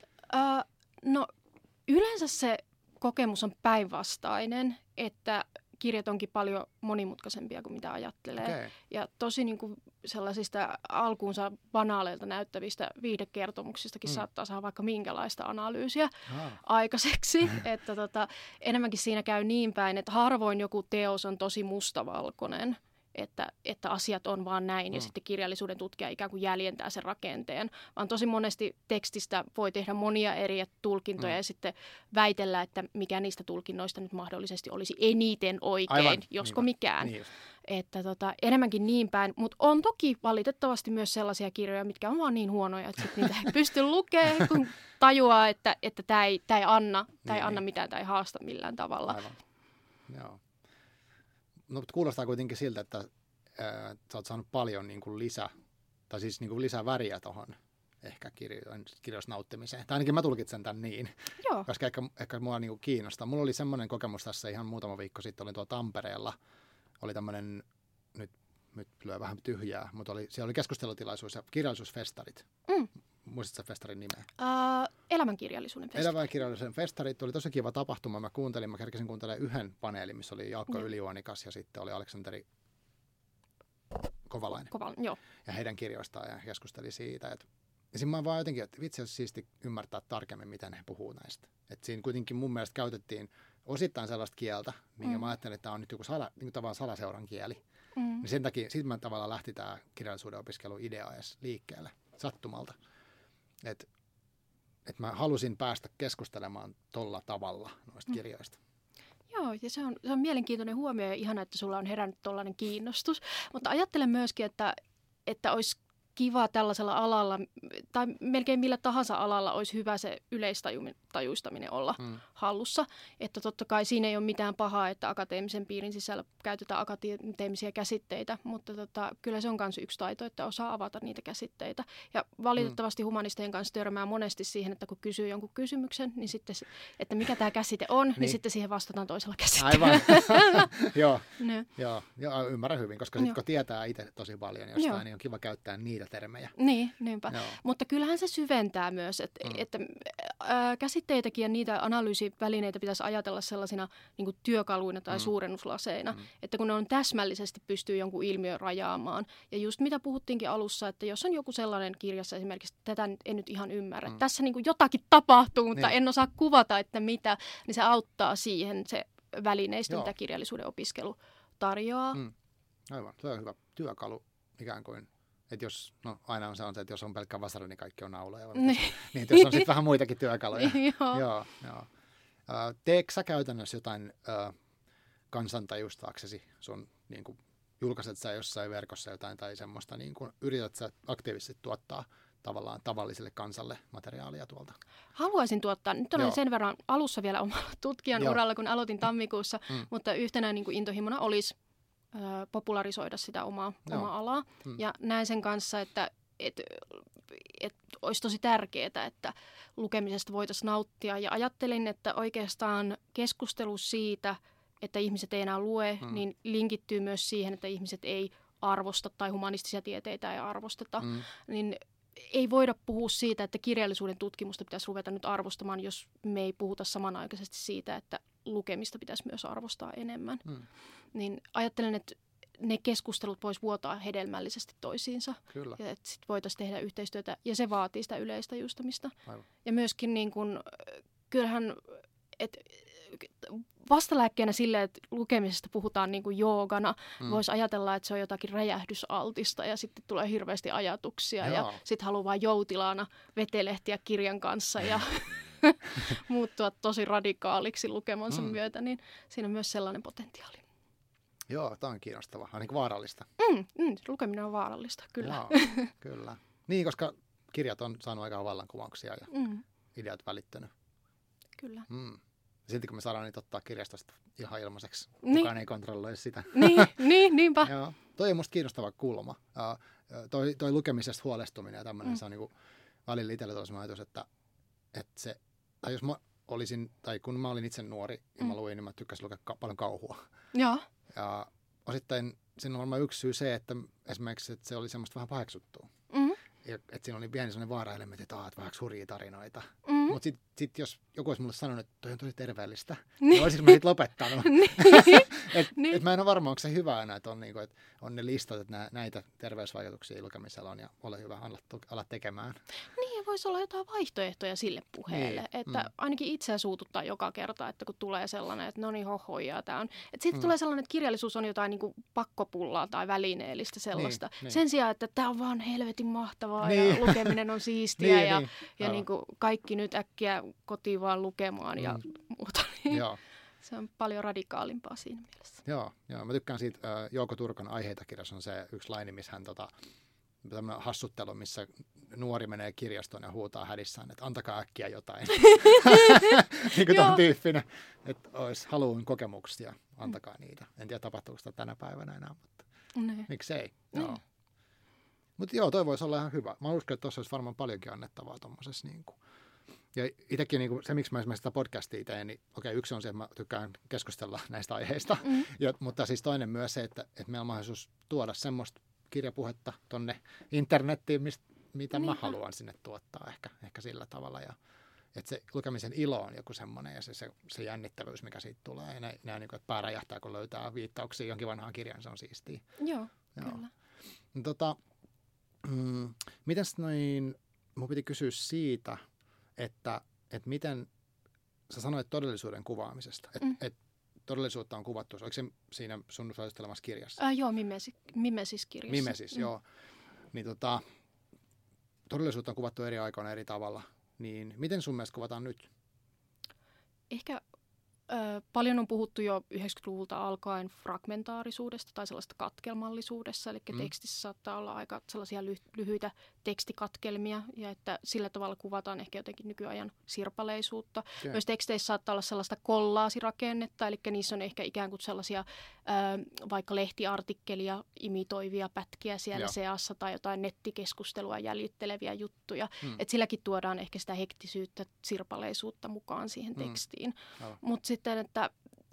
No yleensä se kokemus on päinvastainen, että kirjat onkin paljon monimutkaisempia kuin mitä ajattelee. Okay. Ja tosi niin kuin sellaisista alkuunsa banaaleilta näyttävistä viihdekertomuksistakin saattaa saada vaikka minkälaista analyysiä aikaiseksi. Että enemmänkin siinä käy niin päin, että harvoin joku teos on tosi mustavalkoinen. Että asiat on vaan näin ja sitten kirjallisuuden tutkija ikään kuin jäljentää sen rakenteen, vaan tosi monesti tekstistä voi tehdä monia eri tulkintoja ja sitten väitellä, että mikä niistä tulkinnoista nyt mahdollisesti olisi eniten oikein, aivan, josko mikään. Niin että enemmänkin niin päin, mutta on toki valitettavasti myös sellaisia kirjoja, mitkä on vaan niin huonoja, että niitä ei pysty lukemaan, kun tajuaa, että tämä ei anna mitään tai haasta millään tavalla. Aivan, joo. No, mutta kuulostaa kuitenkin siltä, että sä oot saanut paljon niin kuin lisää väriä tuohon ehkä kirjoista nauttimiseen. Tai ainakin mä tulkitsen tämän niin, koska ehkä mua niin kuin kiinnostaa. Mulla oli semmoinen kokemus tässä ihan muutama viikko sitten, olin tuolla Tampereella. Oli tämmöinen, nyt lyö vähän tyhjää, mutta siellä oli keskustelutilaisuus ja kirjallisuusfestarit. Muistatko festarin nimeä? Elämänkirjallisuuden festarit. Elämänkirjallisuuden festarit oli tosi kiva tapahtuma. Mä kerkesin kuuntelemaan yhden paneelin, missä oli Jaakko Ylijuonikas ja sitten oli Aleksanteri Kovalainen. Joo. Ja heidän kirjoistaan ja keskusteli siitä. Ja siinä mä vaan jotenkin, että vitsi olisi siisti ymmärtää tarkemmin, miten he puhuu näistä. Et siinä kuitenkin mun mielestä käytettiin osittain sellaista kieltä, minkä mä ajattelin, että tämä on nyt joku tavallaan salaseuran kieli. Niin sen takia, sitten mä tavallaan lähti tämä kirjallisuuden opiskeluidea edes liikkeelle sattumalta. Että mä halusin päästä keskustelemaan tolla tavalla noista kirjoista. Joo, ja se on mielenkiintoinen huomio ja ihana, että sulla on herännyt tollainen kiinnostus. Mutta ajattelen myöskin, että olisi kiva tällaisella alalla, tai melkein millä tahansa alalla olisi hyvä se yleistajuistaminen olla hallussa. Että totta kai siinä ei ole mitään pahaa, että akateemisen piirin sisällä käytetään akateemisia käsitteitä, mutta kyllä se on myös yksi taito, että osaa avata niitä käsitteitä. Ja valitettavasti humanistien kanssa törmää monesti siihen, että kun kysyy jonkun kysymyksen, niin sitten, että mikä tämä käsite on, niin sitten siihen vastataan toisella käsitteellä. Aivan. Joo, ymmärrän hyvin, koska sitten kun tietää itse tosi paljon jostain, niin on kiva käyttää niitä termejä. Niinpä. Joo. Mutta kyllähän se syventää myös, että käsitteitäkin ja niitä analyysivälineitä pitäisi ajatella sellaisina niin kuin työkaluina tai suurennuslaseina, että kun ne on täsmällisesti pystyy jonkun ilmiön rajaamaan. Ja just mitä puhuttiinkin alussa, että jos on joku sellainen kirjassa esimerkiksi, tätä en nyt ihan ymmärrä, tässä niin kuin jotakin tapahtuu, mutta en osaa kuvata, että mitä, niin se auttaa siihen se välineistö, mitä kirjallisuuden opiskelu tarjoaa. Aivan, se on hyvä työkalu ikään kuin. Että jos, aina on se, että jos on pelkkä vasara, niin kaikki on nauloja. Niin, jos on sitten vähän muitakin työkaluja. Joo. Teekö sä käytännössä jotain kansantajustaaksesi sun, niin kuin, julkaiset sä jossain verkossa jotain tai semmoista, niin kuin, yrität sä aktiivisesti tuottaa tavallaan tavalliselle kansalle materiaalia tuolta? Haluaisin tuottaa. Nyt olen sen verran alussa vielä omalla tutkijan uralla, kun aloitin tammikuussa, mutta yhtenä niin kuin intohimona olisi popularisoida sitä omaa alaa. Ja näen sen kanssa, että olisi tosi tärkeää, että lukemisesta voitaisiin nauttia. Ja ajattelin, että oikeastaan keskustelu siitä, että ihmiset ei enää lue, niin linkittyy myös siihen, että ihmiset ei arvosta tai humanistisia tieteitä ei arvosteta. Niin ei voida puhua siitä, että kirjallisuuden tutkimusta pitäisi ruveta nyt arvostamaan, jos me ei puhuta samanaikaisesti siitä, että lukemista pitäisi myös arvostaa enemmän. Niin ajattelen, ne keskustelut vois vuotaa hedelmällisesti toisiinsa. Kyllä. Ja että sitten voitaisiin tehdä yhteistyötä ja se vaatii sitä yleistäjustamista. Aivan. Ja myöskin niin kun, kyllähän vastalääkkeenä sille, että lukemisesta puhutaan niin kuin joogana, voisi ajatella, että se on jotakin räjähdysaltista ja sitten tulee hirveästi ajatuksia ja sitten haluaa vaan joutilaana vetelehtiä kirjan kanssa ja muuttua tosi radikaaliksi lukemansa myötä, niin siinä on myös sellainen potentiaali. Joo, tämä on kiinnostavaa, ainakin vaarallista. Lukeminen on vaarallista, kyllä. Joo, kyllä. Niin, koska kirjat on saanut aika vallankumouksia ja ideat välittänyt. Kyllä. Silti kun me saadaan niitä ottaa kirjastosta ihan ilmaiseksi, niin. kukaan ei kontrolloi sitä. Niinpä. Joo. Toi on musta kiinnostava kulma. Toi lukemisesta huolestuminen ja tämmöinen, se on niinku välillä itsellä tosi ajatus, että se, tai jos mä olisin, tai kun mä olin itse nuori ja mä luin, niin mä tykkäsin lukea paljon kauhua. Joo. Ja osittain siinä on varmaan yksi syy se, että esimerkiksi että se oli semmoista vähän paheksuttua. Ja, että siinä oli pieni sellainen vaara-elementti, että vähän hurjia tarinoita. Mutta sitten jos joku olisi mulle sanonut, että toi on tosi terveellistä, niin olisinko mä siitä lopettanut? Et mä en ole varma, onko se hyvä enää, että on ne listat, että näitä terveysvaikutuksia lukemisella on ja ole hyvä ala tekemään. Niin, ja voisi olla jotain vaihtoehtoja sille puheelle. Niin. Että ainakin itseä suututtaa joka kerta, että kun tulee sellainen, että no niin hohojaa tämä on. Että siitä tulee sellainen, että kirjallisuus on jotain niin kuin pakkopullaa tai välineellistä sellaista. Niin. Sen sijaan, että tämä on vaan helvetin mahtavaa ja lukeminen on siistiä ja niin kuin kaikki nyt äkkiä kotiin vaan lukemaan ja muuta. Joo. Se on paljon radikaalimpaa siinä mielessä. Joo. Mä tykkään siitä Jouko Turkan Aiheita -kirjassa on se yksi laini, missä hän tämmöinen hassuttelu, missä nuori menee kirjastoon ja huutaa hädissään, että antakaa äkkiä jotain. Niin kuin tuon tyyppinen, että olisi haluun kokemuksia, antakaa niitä. En tiedä, tapahtuuko sitä tänä päivänä enää, mutta miksei. Joo. Mutta joo, toi voisi olla ihan hyvä. Mä uskon, että tuossa olisi varmaan paljonkin annettavaa tuommoisessa. Niin ja itsekin niin se, miksi mä esimerkiksi sitä podcastia teen, niin yksi on se, että mä tykkään keskustella näistä aiheista. Mutta siis toinen myös se, että meillä on mahdollisuus tuoda semmoista kirjapuhetta tonne internettiin, mitä mä haluan sinne tuottaa ehkä sillä tavalla. Ja että se lukemisen ilo on joku semmoinen ja se jännittävyys, mikä siitä tulee. Ja niin kuin, että pää räjähtää, kun löytää viittauksia jonkin vanhaan kirjaan, se on siistiä. Joo. Kyllä. Miten mun piti kysyä siitä, että miten sä sanoit todellisuuden kuvaamisesta, että todellisuutta on kuvattu. Oliko se siinä sun suosittelemassa kirjassa? Joo, Mimesis-kirjassa. Mimesis, joo. Niin todellisuutta on kuvattu eri aikoina eri tavalla. Niin miten sun mielestä kuvataan nyt? Ehkä paljon on puhuttu jo 90-luvulta alkaen fragmentaarisuudesta tai sellaista katkelmallisuudessa, eli tekstissä saattaa olla aika sellaisia lyhyitä tekstikatkelmia, ja että sillä tavalla kuvataan ehkä jotenkin nykyajan sirpaleisuutta. Okay. Myös teksteissä saattaa olla sellaista kollaasirakennetta, eli niissä on ehkä ikään kuin sellaisia vaikka lehtiartikkelia imitoivia pätkiä siellä seassa tai jotain nettikeskustelua jäljitteleviä juttuja. Et silläkin tuodaan ehkä sitä hektisyyttä, sirpaleisuutta mukaan siihen tekstiin. Mutta sitten, että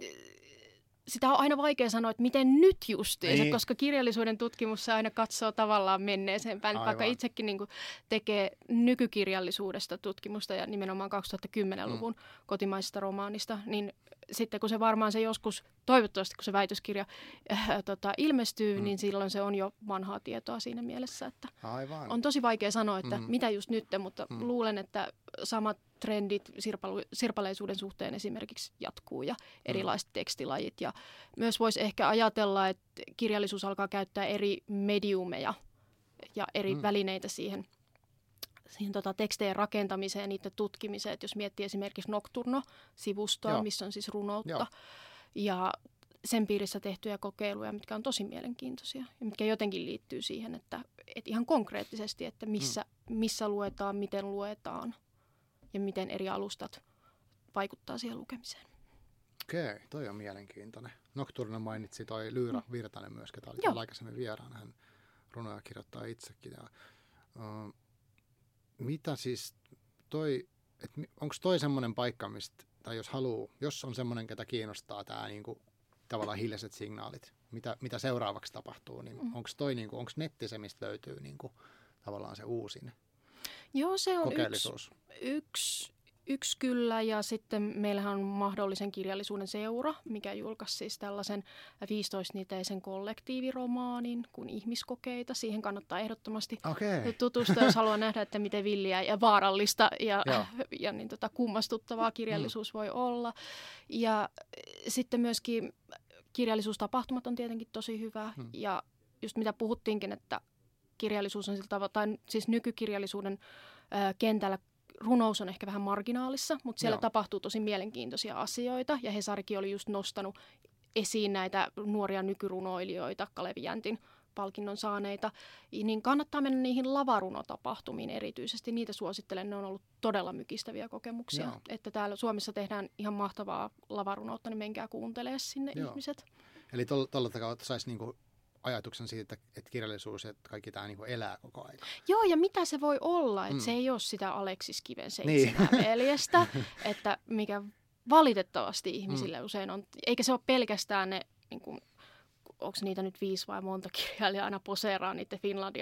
sitä on aina vaikea sanoa, että miten nyt justiinsa, koska kirjallisuuden tutkimus aina katsoo tavallaan menneeseen päin. Vaikka itsekin niin kuin tekee nykykirjallisuudesta tutkimusta ja nimenomaan 2010-luvun kotimaisesta romaanista, niin sitten kun se varmaan se joskus, toivottavasti kun se väitöskirja ilmestyy, niin silloin se on jo vanhaa tietoa siinä mielessä, että on tosi vaikea sanoa, että mitä just nyt, mutta luulen, että samat trendit sirpaleisuuden suhteen esimerkiksi jatkuu ja erilaiset tekstilajit. Ja myös voisi ehkä ajatella, että kirjallisuus alkaa käyttää eri mediumeja ja eri välineitä siihen tekstien rakentamiseen ja niiden tutkimiseen. Että jos miettii esimerkiksi Nocturno-sivustoa, missä on siis runoutta ja sen piirissä tehtyjä kokeiluja, mitkä on tosi mielenkiintoisia ja mitkä jotenkin liittyy siihen, että ihan konkreettisesti, että missä luetaan, miten luetaan ja miten eri alustat vaikuttaa siihen lukemiseen. Okei, toi on mielenkiintoinen. Nocturno mainitsi toi Lyra Virtanen myös, ketä oli aikaisemmin vieraana. Hän runoja kirjoittaa itsekin. Mitä siis onko toi semmoinen paikka, mistä, tai jos on semmoinen, ketä kiinnostaa tämä niinku, tavallaan hiljaiset signaalit, mitä seuraavaksi tapahtuu, niin onko netti se, mistä löytyy niinku, tavallaan se uusin Joo, se on kokeellisuus? yksi Yksi kyllä, ja sitten meillähän on mahdollisen kirjallisuuden seura, mikä julkaisi siis tällaisen 15-niteisen kollektiiviromaanin kuin Ihmiskokeita. Siihen kannattaa ehdottomasti tutustua, jos haluaa nähdä, että miten villiä ja vaarallista ja niin kummastuttavaa kirjallisuus voi olla. Ja sitten myöskin kirjallisuustapahtumat on tietenkin tosi hyvä, ja just mitä puhuttiinkin, että kirjallisuus on sillä tavalla, tai siis nykykirjallisuuden kentällä runous on ehkä vähän marginaalissa, mutta siellä tapahtuu tosi mielenkiintoisia asioita. Ja Hesarikin oli just nostanut esiin näitä nuoria nykyrunoilijoita, Kalevi Jäntin palkinnon saaneita. Niin kannattaa mennä niihin lavarunotapahtumiin erityisesti. Niitä suosittelen, ne on ollut todella mykistäviä kokemuksia. Joo. Että täällä Suomessa tehdään ihan mahtavaa lavarunoutta, niin menkää kuuntelemaan sinne ihmiset. Eli tuolla tavalla saisi niinku ajatuksen siitä, että kirjallisuus ja kaikki tämä niinku elää koko ajan. Joo, ja mitä se voi olla, että se ei ole sitä Aleksis Kiven 7 veljestä, että mikä valitettavasti ihmisille usein on, eikä se ole pelkästään ne, niin kuin, onko niitä nyt 5 vai monta kirjailijaa aina poseeraa niiden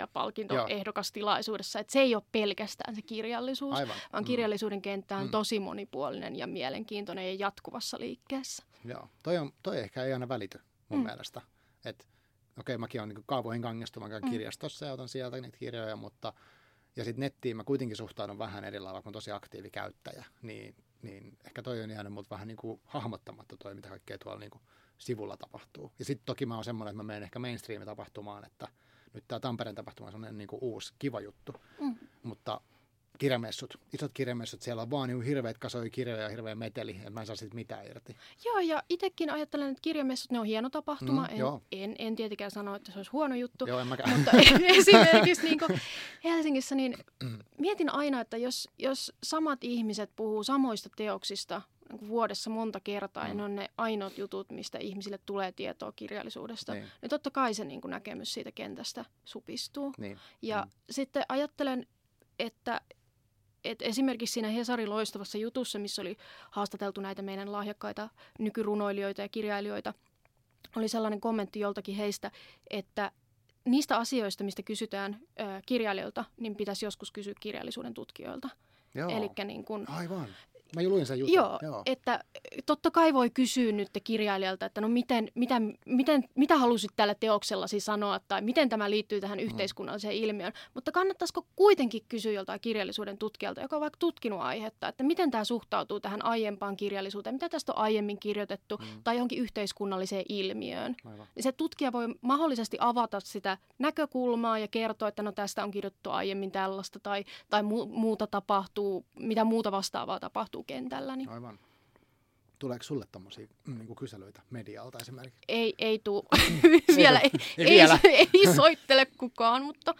Finlandia-palkintoehdokastilaisuudessa, että se ei ole pelkästään se kirjallisuus, vaan kirjallisuuden kenttä on tosi monipuolinen ja mielenkiintoinen ja jatkuvassa liikkeessä. Joo, toi ehkä ei aina välity mun mielestä, että okei, mäkin olen niin kaavoihin kangestu, mä käyn kirjastossa ja otan sieltä niitä kirjoja, mutta ja sitten nettiin mä kuitenkin suhtaudun vähän eri lailla, kun on tosi aktiivikäyttäjä, niin ehkä toi on jäänyt mut vähän niin kuin hahmottamatta toi, mitä kaikkea tuolla niin kuin sivulla tapahtuu. Ja sitten toki mä oon semmoinen, että mä menen ehkä mainstream-tapahtumaan, että nyt tää Tampereen tapahtuma on semmoinen niin kuin uusi, kiva juttu, mutta kirjamessut, isot kirjamessut, siellä on vaan niin hirveät kasoja kirjoja ja hirveä meteli, että mä en saa siitä mitään irti. Joo, ja itsekin ajattelen, että kirjamessut, ne on hieno tapahtuma. En tietenkään sano, että se olisi huono juttu. Joo, en mäkään. Mutta esimerkiksi niin kuin Helsingissä, niin mietin aina, että jos samat ihmiset puhuu samoista teoksista niin vuodessa monta kertaa, ja ne on ne ainoat jutut, mistä ihmisille tulee tietoa kirjallisuudesta, niin totta kai se niin kuin näkemys siitä kentästä supistuu. Niin. Ja sitten ajattelen, että esimerkiksi siinä Hesarin loistavassa jutussa, missä oli haastateltu näitä meidän lahjakkaita nykyrunoilijoita ja kirjailijoita, oli sellainen kommentti joltakin heistä, että niistä asioista, mistä kysytään kirjailijoilta, niin pitäisi joskus kysyä kirjallisuuden tutkijoilta. Elikkä niin kun, aivan. Mä luin sen jutun. Joo, että totta kai voi kysyä nyt kirjailijalta, että no mitä halusit tällä teoksellasi sanoa tai miten tämä liittyy tähän yhteiskunnalliseen ilmiöön. Mutta kannattaisiko kuitenkin kysyä joltain kirjallisuuden tutkijalta, joka on vaikka tutkinut aihetta, että miten tämä suhtautuu tähän aiempaan kirjallisuuteen, mitä tästä on aiemmin kirjoitettu tai johonkin yhteiskunnalliseen ilmiöön. Niin se tutkija voi mahdollisesti avata sitä näkökulmaa ja kertoa, että no tästä on kirjoitettu aiemmin tällaista tai muuta tapahtuu, mitä muuta vastaavaa tapahtuu kentällä. Niin. Aivan. Tuleeko sulle tommosia niin kyselyitä medialta esimerkiksi? Ei tule. Vielä ei soittele kukaan, mutta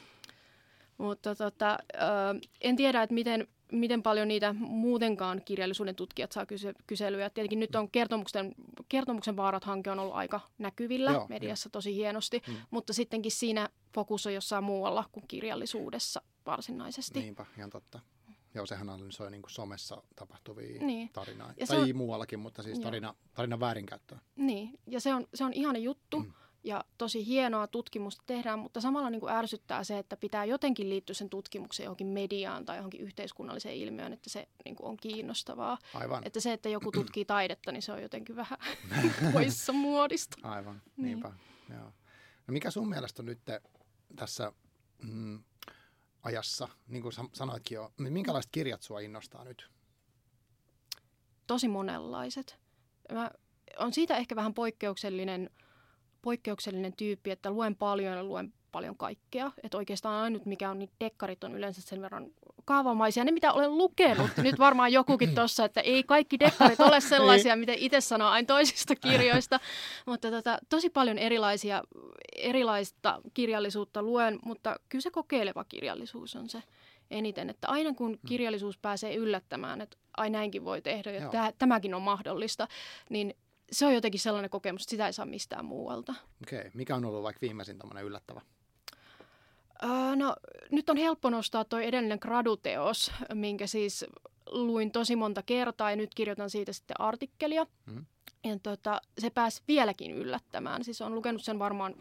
en tiedä, että miten paljon niitä muutenkaan kirjallisuuden tutkijat saa kyselyjä. Tietenkin nyt on kertomuksen vaarat-hanke on ollut aika näkyvillä mediassa tosi hienosti, mutta sittenkin siinä fokus on jossain muualla kuin kirjallisuudessa varsinaisesti. Niinpä, ihan totta. Joo, sehän analysoi niin kuin somessa tapahtuvia tarinaa. Tai muuallakin, mutta siis tarinan väärinkäyttöä. Niin, ja se on ihana juttu ja tosi hienoa tutkimusta tehdään, mutta samalla niin kuin ärsyttää se, että pitää jotenkin liittyä sen tutkimuksen johonkin mediaan tai johonkin yhteiskunnalliseen ilmiöön, että se niin kuin on kiinnostavaa. Aivan. Että se, että joku tutkii taidetta, niin se on jotenkin vähän poissa muodista. Aivan, niinpä. Joo. No mikä sun mielestä on nyt tässä ajassa, niin kuin sanoitkin jo, minkälaiset kirjat sua innostaa nyt? Tosi monenlaiset. Mä on siitä ehkä vähän poikkeuksellinen tyyppi, että luen paljon ja luen paljon kaikkea. Että oikeastaan ainut mikä on, niin dekkarit on yleensä sen verran kaavamaisia. Ne mitä olen lukenut, nyt varmaan jokukin tuossa, että ei kaikki dekkarit ole sellaisia, mitä itse sanoo aina toisista kirjoista. Mutta tosi paljon erilaista kirjallisuutta luen, mutta kyllä se kokeileva kirjallisuus on se eniten. Että aina kun kirjallisuus pääsee yllättämään, että ai näinkin voi tehdä ja tämäkin on mahdollista, niin se on jotenkin sellainen kokemus, että sitä ei saa mistään muualta. Okei. Mikä on ollut vaikka viimeisin tämmöinen yllättävä? No nyt on helppo nostaa toi edellinen graduteos, minkä siis luin tosi monta kertaa ja nyt kirjoitan siitä sitten artikkelia. Ja se pääsi vieläkin yllättämään. Siis olen lukenut sen varmaan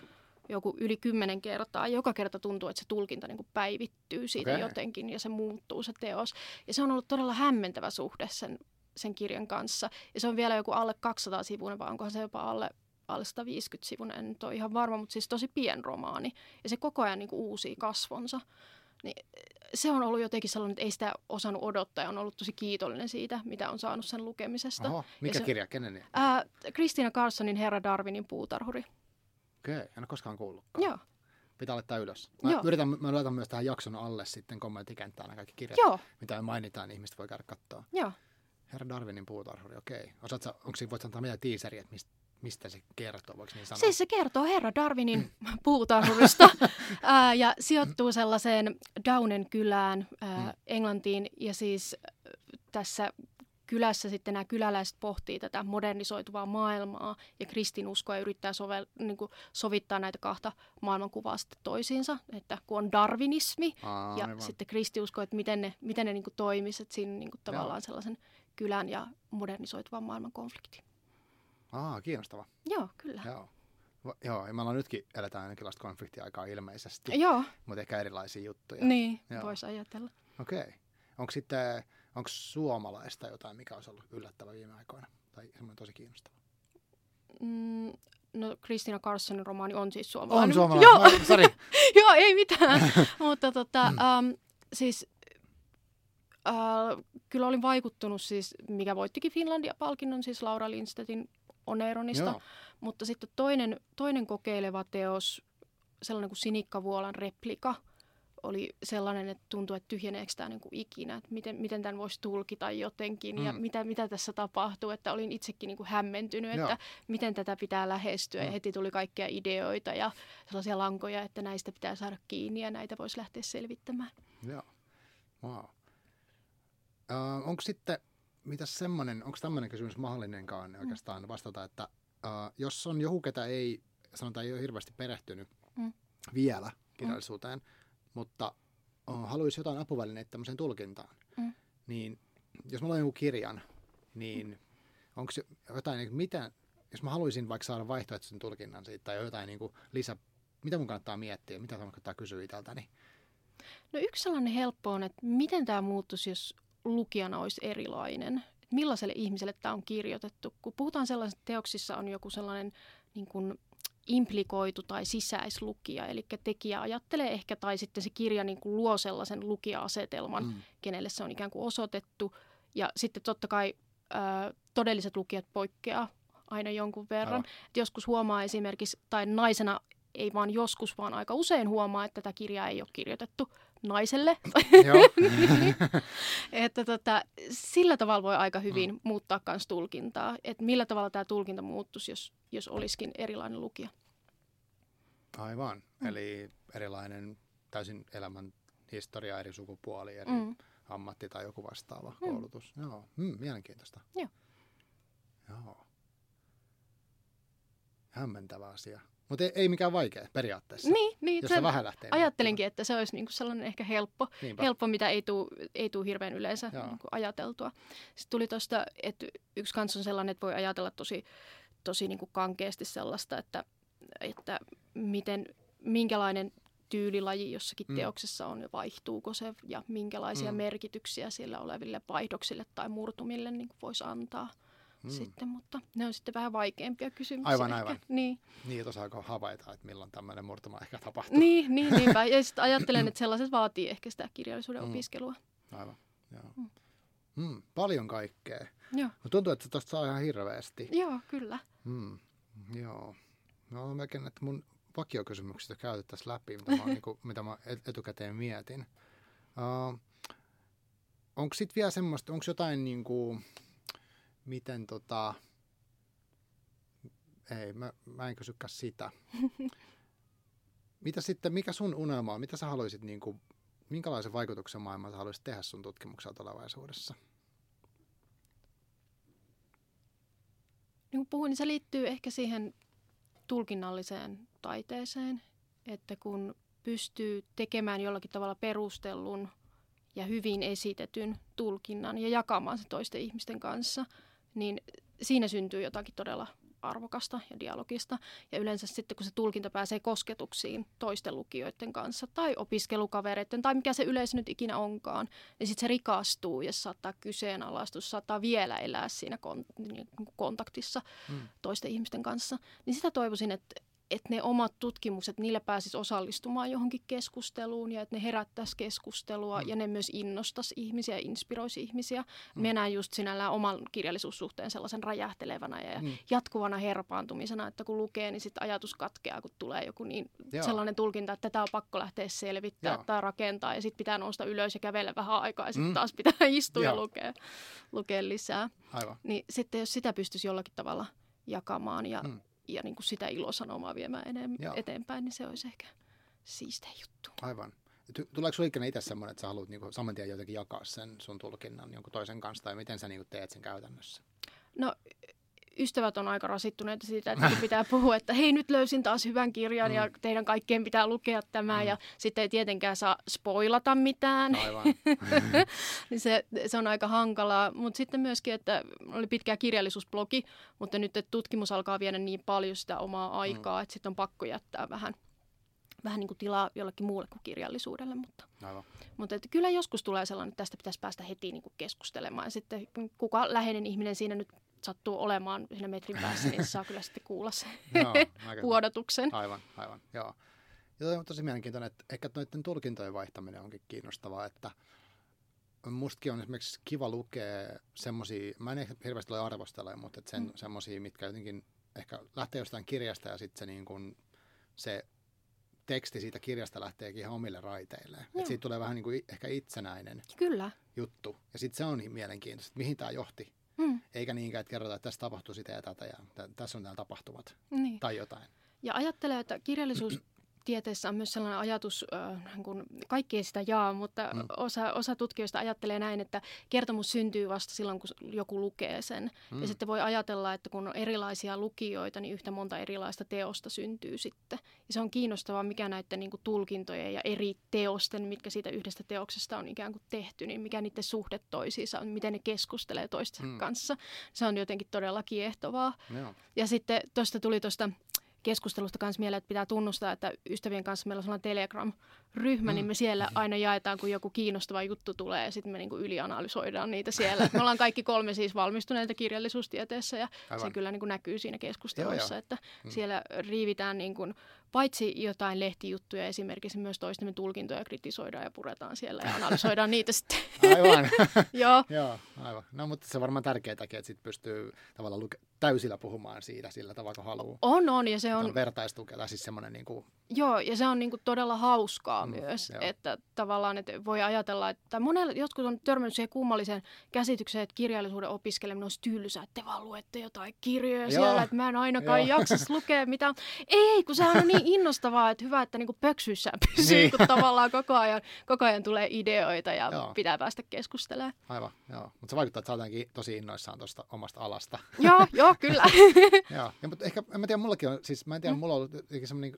joku yli 10 kertaa. Joka kerta tuntuu, että se tulkinta niin kuin päivittyy siitä jotenkin ja se muuttuu se teos. Ja se on ollut todella hämmentävä suhde sen kirjan kanssa. Ja se on vielä joku alle 200-sivuinen, vai onkohan se jopa alle 150-sivuinen, en nyt ole ihan varma, mutta siis tosi pienromaani. Ja se koko ajan niin kuin uusii kasvonsa. Niin se on ollut jotenkin sellainen, että ei sitä osannut odottaa ja on ollut tosi kiitollinen siitä, mitä on saanut sen lukemisesta. Oho, mikä kirja? Kenen? Christina Carlsonin Herra Darwinin puutarhuri. Okei, en ole koskaan kuullutkaan. Joo. Pitää laittaa ylös. Mä laitan myös tähän jakson alle sitten kommenttikenttään kaikki kirjat, mitä me mainitaan, niin ihmiset voi käydä katsoa. Joo. Herra Darwinin puutarhuri, okei. Voit sanoa mitään teaseria, että mistä se kertoo, voiko niin sanoa? Siis se kertoo Herra Darwinin puutarhurista ja sijoittuu sellaiseen Downen kylään Englantiin. Ja siis tässä kylässä sitten nämä kyläläiset pohtii tätä modernisoituvaa maailmaa ja kristinuskoa ja yrittää sovittaa näitä kahta maailmankuvaa sitten toisiinsa, että kun on darwinismi ja aivan. Sitten kristiusko, että miten ne niin kuin toimisi, että siinä niin kuin tavallaan sellaisen kylän ja modernisoituvan maailman konflikti. Kiinnostava. Joo, kyllä. Joo, ja me nytkin eletään jonkinlaista konfliktiaikaa ilmeisesti, mutta ehkä erilaisia juttuja. Niin, voisi ajatella. Okei. Onko suomalaista jotain, mikä olisi ollut yllättävä viime aikoina? Tai semmoinen tosi kiinnostava? No, Christina Carlsonin romaani on siis suomalainen. On suomalainen, sori. Joo, ei mitään. Mutta siis kyllä olin vaikuttunut siis, mikä voittikin Finlandia-palkinnon, siis Laura Lindstedtin Oneronista. Mutta sitten toinen kokeileva teos, sellainen kuin Sinikka Vuolan Replika, oli sellainen, että tuntui, että tyhjeneekö tämä niin kuin ikinä, että miten tämän voisi tulkita jotenkin ja mitä tässä tapahtuu, että olin itsekin niin kuin hämmentynyt, että miten tätä pitää lähestyä ja heti tuli kaikkia ideoita ja sellaisia lankoja, että näistä pitää saada kiinni ja näitä voisi lähteä selvittämään. Joo, wow. Onko sitten, onko tämmöinen kysymys mahdollinenkaan oikeastaan vastata, että jos on joku, ketä ei ole hirveästi perehtynyt vielä kirjallisuuteen, mutta haluaisi jotain apuvälineitä tämmöiseen tulkintaan, niin jos mä luen jonkun kirjan, niin onko jotain, jos mä haluaisin vaikka saada vaihtoehtoisen tulkinnan siitä tai jotain niin kuin mitä mun kannattaa miettiä, mitä mun kannattaa kysyä itseltäni? No yksi sellainen helppo on, että miten tämä muuttuisi, jos lukijana olisi erilainen? Millaiselle ihmiselle tämä on kirjoitettu? Kun puhutaan sellaisista teoksissa on joku sellainen niin kuin implikoitu tai sisäislukija, eli tekijä ajattelee ehkä, tai sitten se kirja niin kuin luo sellaisen lukija-asetelman, kenelle se on ikään kuin osoitettu. Ja sitten totta kai todelliset lukijat poikkeaa aina jonkun verran. Joskus huomaa esimerkiksi, tai naisena ei vaan joskus, vaan aika usein huomaa, että tätä kirjaa ei ole kirjoitettu naiselle. Että sillä tavalla voi aika hyvin muuttaa myös tulkintaa. Että millä tavalla tämä tulkinta muuttuisi, jos olisikin erilainen lukija. Aivan. Eli erilainen täysin elämän historia, eri sukupuoli, eri ammatti tai joku vastaava koulutus. Joo, mielenkiintoista. Joo. Hämmentävä asia. Mutta ei mikään vaikea periaatteessa, niin, jos se vähän lähtee. Ajattelinkin, että se olisi niinku sellainen ehkä helppo mitä ei tule hirveän yleensä niinku ajateltua. Sitten tuli tuosta, että yksi kanssa on sellainen, että voi ajatella tosi niinku kankeasti sellaista, että minkälainen tyylilaji jossakin teoksessa on ja vaihtuuko se ja minkälaisia merkityksiä siellä oleville vaihdoksille tai murtumille niin voisi antaa. Sitten, mutta ne on sitten vähän vaikeampia kysymyksiä. Aivan. Niin, osaako havaita, että milloin tämmöinen murtuma ehkä tapahtuu. Niinpä. Ja sitten ajattelen, että sellaiset vaatii ehkä sitä kirjallisuuden opiskelua. Aivan, joo. Paljon kaikkea. Joo. Tuntuu, että tuosta saa ihan hirveästi. Joo, kyllä. Joo. No melkein, että mun vakiokysymyksistä käytettäisiin läpi, mitä mä etukäteen mietin. Onko sitten vielä semmoista, onko jotain niinku... Miten ei, mä en kysykään sitä. Mitä sitten, mikä sun unelma on? Mitä sä haluaisit, minkälaisen vaikutuksen maailmaan sä haluaisit tehdä sun tutkimuksella tulevaisuudessa? Niin kuin puhuin, niin se liittyy ehkä siihen tulkinnalliseen taiteeseen, että kun pystyy tekemään jollakin tavalla perustellun ja hyvin esitetyn tulkinnan ja jakamaan se toisten ihmisten kanssa, niin siinä syntyy jotakin todella arvokasta ja dialogista. Ja yleensä sitten, kun se tulkinta pääsee kosketuksiin toisten lukijoiden kanssa tai opiskelukavereiden tai mikä se yleisö nyt ikinä onkaan, niin sitten se rikastuu ja saattaa kyseenalaistua, saattaa vielä elää siinä kontaktissa toisten ihmisten kanssa. Niin sitä toivoisin, että ne omat tutkimukset, niillä pääsisi osallistumaan johonkin keskusteluun ja että ne herättäisi keskustelua ja ne myös innostaisi ihmisiä ja inspiroisi ihmisiä. Minä näen just sinällään oman kirjallisuussuhteen sellaisen räjähtelevänä ja jatkuvana herpaantumisena, että kun lukee, niin sitten ajatus katkeaa, kun tulee joku sellainen tulkinta, että tätä on pakko lähteä selvittämään tai rakentaa ja sitten pitää nousta ylös ja kävellä vähän aikaa ja sitten taas pitää istua ja lukea lisää. Aivan. Niin sitten jos sitä pystyisi jollakin tavalla jakamaan ja niin kuin sitä ilosanomaa viemään eteenpäin, niin se olisi ehkä siisteä juttu. Aivan. Tuleeko sinulle ikinä itse semmoinen, että sä haluat niin saman tien jotenkin jakaa sen sun tulkinnan jonkun toisen kanssa, tai miten sä niin teet sen käytännössä? No, ystävät on aika rasittuneita siitä, että pitää puhua, että hei, nyt löysin taas hyvän kirjan ja teidän kaikkien pitää lukea tämä ja sitten ei tietenkään saa spoilata mitään. Aivan. Niin se on aika hankalaa, mutta sitten myöskin, että oli pitkä kirjallisuusblogi, mutta nyt että tutkimus alkaa viedä niin paljon sitä omaa aikaa, että sitten on pakko jättää vähän niin kuin tilaa jollekin muulle kuin kirjallisuudelle, mutta että kyllä joskus tulee sellainen, että tästä pitäisi päästä heti niin kuin keskustelemaan ja sitten kuka läheinen ihminen siinä nyt sattuu olemaan siinä metrin päässä, niin saa kyllä sitten kuulla sen puodatuksen. Aivan, joo. Ja on tosi mielenkiintoinen, että ehkä noiden tulkintojen vaihtaminen onkin kiinnostavaa, että mustakin on esimerkiksi kiva lukea semmoisia, mä en ehkä hirveästi ole arvostella, mutta semmoisia, mitkä jotenkin ehkä lähtee jostain kirjasta ja sitten se, niin kun, se teksti siitä kirjasta lähteekin ihan omille raiteilleen. Että siitä tulee vähän niin kuin ehkä itsenäinen juttu. Ja sitten se on mielenkiintoista, että mihin tämä johti. Eikä niinkään, että kerrotaan, että tässä tapahtuu sitä ja tätä ja tässä on nämä tapahtumat tai jotain. Ja ajattelen, että kirjallisuustieteessä on myös sellainen ajatus, kun kaikki ei sitä jaa, mutta osa tutkijoista ajattelee näin, että kertomus syntyy vasta silloin, kun joku lukee sen. Ja sitten voi ajatella, että kun on erilaisia lukijoita, niin yhtä monta erilaista teosta syntyy sitten. Ja se on kiinnostavaa, mikä näiden niin kuin tulkintojen ja eri teosten, mitkä siitä yhdestä teoksesta on ikään kuin tehty, niin mikä niiden suhde toisiinsa on, miten ne keskustelee toistensa kanssa. Se on jotenkin todella kiehtovaa. Ja sitten tuli tuosta keskustelusta kanssa mieleen, että pitää tunnustaa, että ystävien kanssa meillä on sellainen Telegram-ryhmä, niin me siellä aina jaetaan, kun joku kiinnostava juttu tulee ja sitten me niinku ylianalysoidaan niitä siellä. Me ollaan kaikki 3 siis valmistuneita kirjallisuustieteessä ja se kyllä niinku näkyy siinä keskustelussa, että siellä riivitään niinku, paitsi jotain lehtijuttuja esimerkiksi myös toistemme tulkintoja kritisoidaan ja puretaan siellä ja analysoidaan niitä sitten. Aivan. Joo, aivan. No mutta se on varmaan tärkeääkin, että sit pystyy tavallaan täysillä puhumaan siitä sillä tavalla, kun haluaa. On ja se on vertaistukea, siis semmoinen niinku. Joo, ja se on niinku todella hauskaa myös, että tavallaan että voi ajatella, että jotkut on törmännyt siihen kummalliseen käsitykseen, että kirjallisuuden opiskeleminen olisi tylsää, että te vaan luette jotain kirjoja siellä, että mä en ainakaan jaksas lukea mitään. Ei, kun sehän on niin innostavaa, että hyvä, että niinku pöksyissä pysyy, kun tavallaan koko ajan tulee ideoita ja pitää päästä keskustelemaan. Aivan, joo. Mutta se vaikuttaa, että sä olet tosi innoissaan tuosta omasta alasta. Joo, kyllä. Joo, mutta ehkä, en mä tiedä, mullakin on, siis mä en tiedä, mulla on ollut semmoinen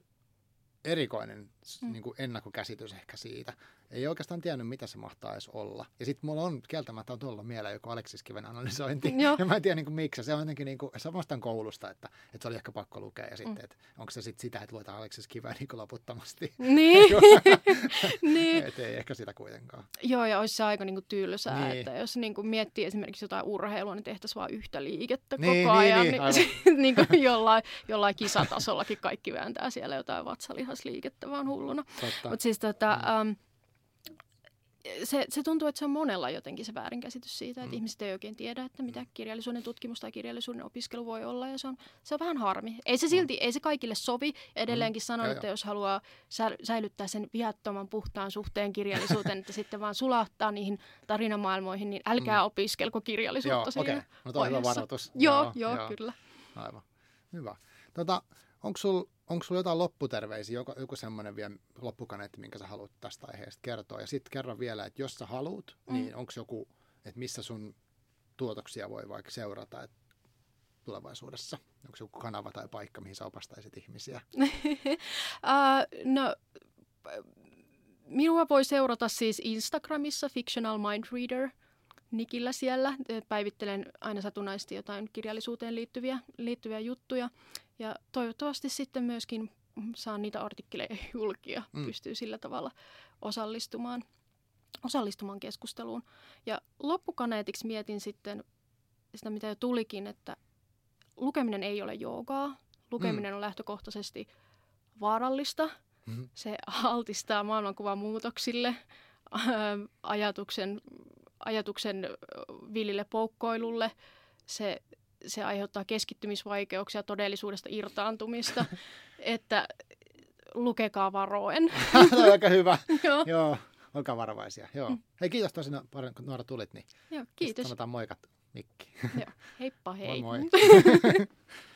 erikoinen niin kuin ennakkokäsitys ehkä siitä. Ei oikeastaan tiennyt, mitä se mahtaa edes olla. Ja sitten mulla on kieltämättä tullut mieleen joku Aleksis Kiven analysointi. Ja mä en tiedä, niin kuin, miksi. Se on jotenkin niin kuin, samastaan koulusta, että se oli ehkä pakko lukea. Ja sitten, että onko se sitten sitä, että luetaan Aleksis Kiveä niin kuin loputtomasti. Niin. Niin. Et ei ehkä sitä kuitenkaan. Joo, ja olisi se aika niin kuin tylsää. Niin. Että jos niin kuin miettii esimerkiksi jotain urheilua, niin tehtäisiin vaan yhtä liikettä koko ajan. Niin kuin jollain kisatasollakin kaikki vääntää siellä jotain vatsalihasliikettä vaan hulluna. Mutta siis se tuntuu, että se on monella jotenkin se väärinkäsitys siitä, että ihmiset ei oikein tiedä, että mitä kirjallisuuden tutkimus tai kirjallisuuden opiskelu voi olla, ja se on vähän harmi. Ei se silti, ei se kaikille sovi. Edelleenkin sanon, että jos haluaa säilyttää sen viattoman puhtaan suhteen kirjallisuuteen, että sitten vaan sulahtaa niihin tarinamaailmoihin, niin älkää opiskelko kirjallisuutta siinä vaiheessa. No toi on hyvä varoitus. Joo, kyllä. Aivan. Hyvä. Onko sulla jotain lopputerveisiä, joku semmoinen vielä loppukaneetti, minkä sä haluat tästä aiheesta kertoa? Ja sitten kerran vielä, että jos sä haluat, niin onko joku, että missä sun tuotoksia voi vaikka seurata tulevaisuudessa? Onko joku kanava tai paikka, mihin sä opastaisit ihmisiä? No, minua voi seurata siis Instagramissa Fictional Mind Reader. nikillä siellä. Päivittelen aina satunnaisesti jotain kirjallisuuteen liittyviä juttuja. Ja toivottavasti sitten myöskin saan niitä artikkeleja julki ja pystyy sillä tavalla osallistumaan keskusteluun. Ja loppukaneetiksi mietin sitten sitä, mitä jo tulikin, että lukeminen ei ole joogaa. Lukeminen on lähtökohtaisesti vaarallista. Se altistaa maailmankuvan muutoksille, ajatuksen villille poukkoilulle. Se aiheuttaa keskittymisvaikeuksia, todellisuudesta irtaantumista, että lukekaa varoen. Tämä on aika hyvä. Joo, olkaa varovaisia. Joo. Hei, kiitos tosiaan paljon, kun Noora tulit. Niin joo, kiitos. Sanotaan moikat Mikki. Joo, heippa hei. Moi moi.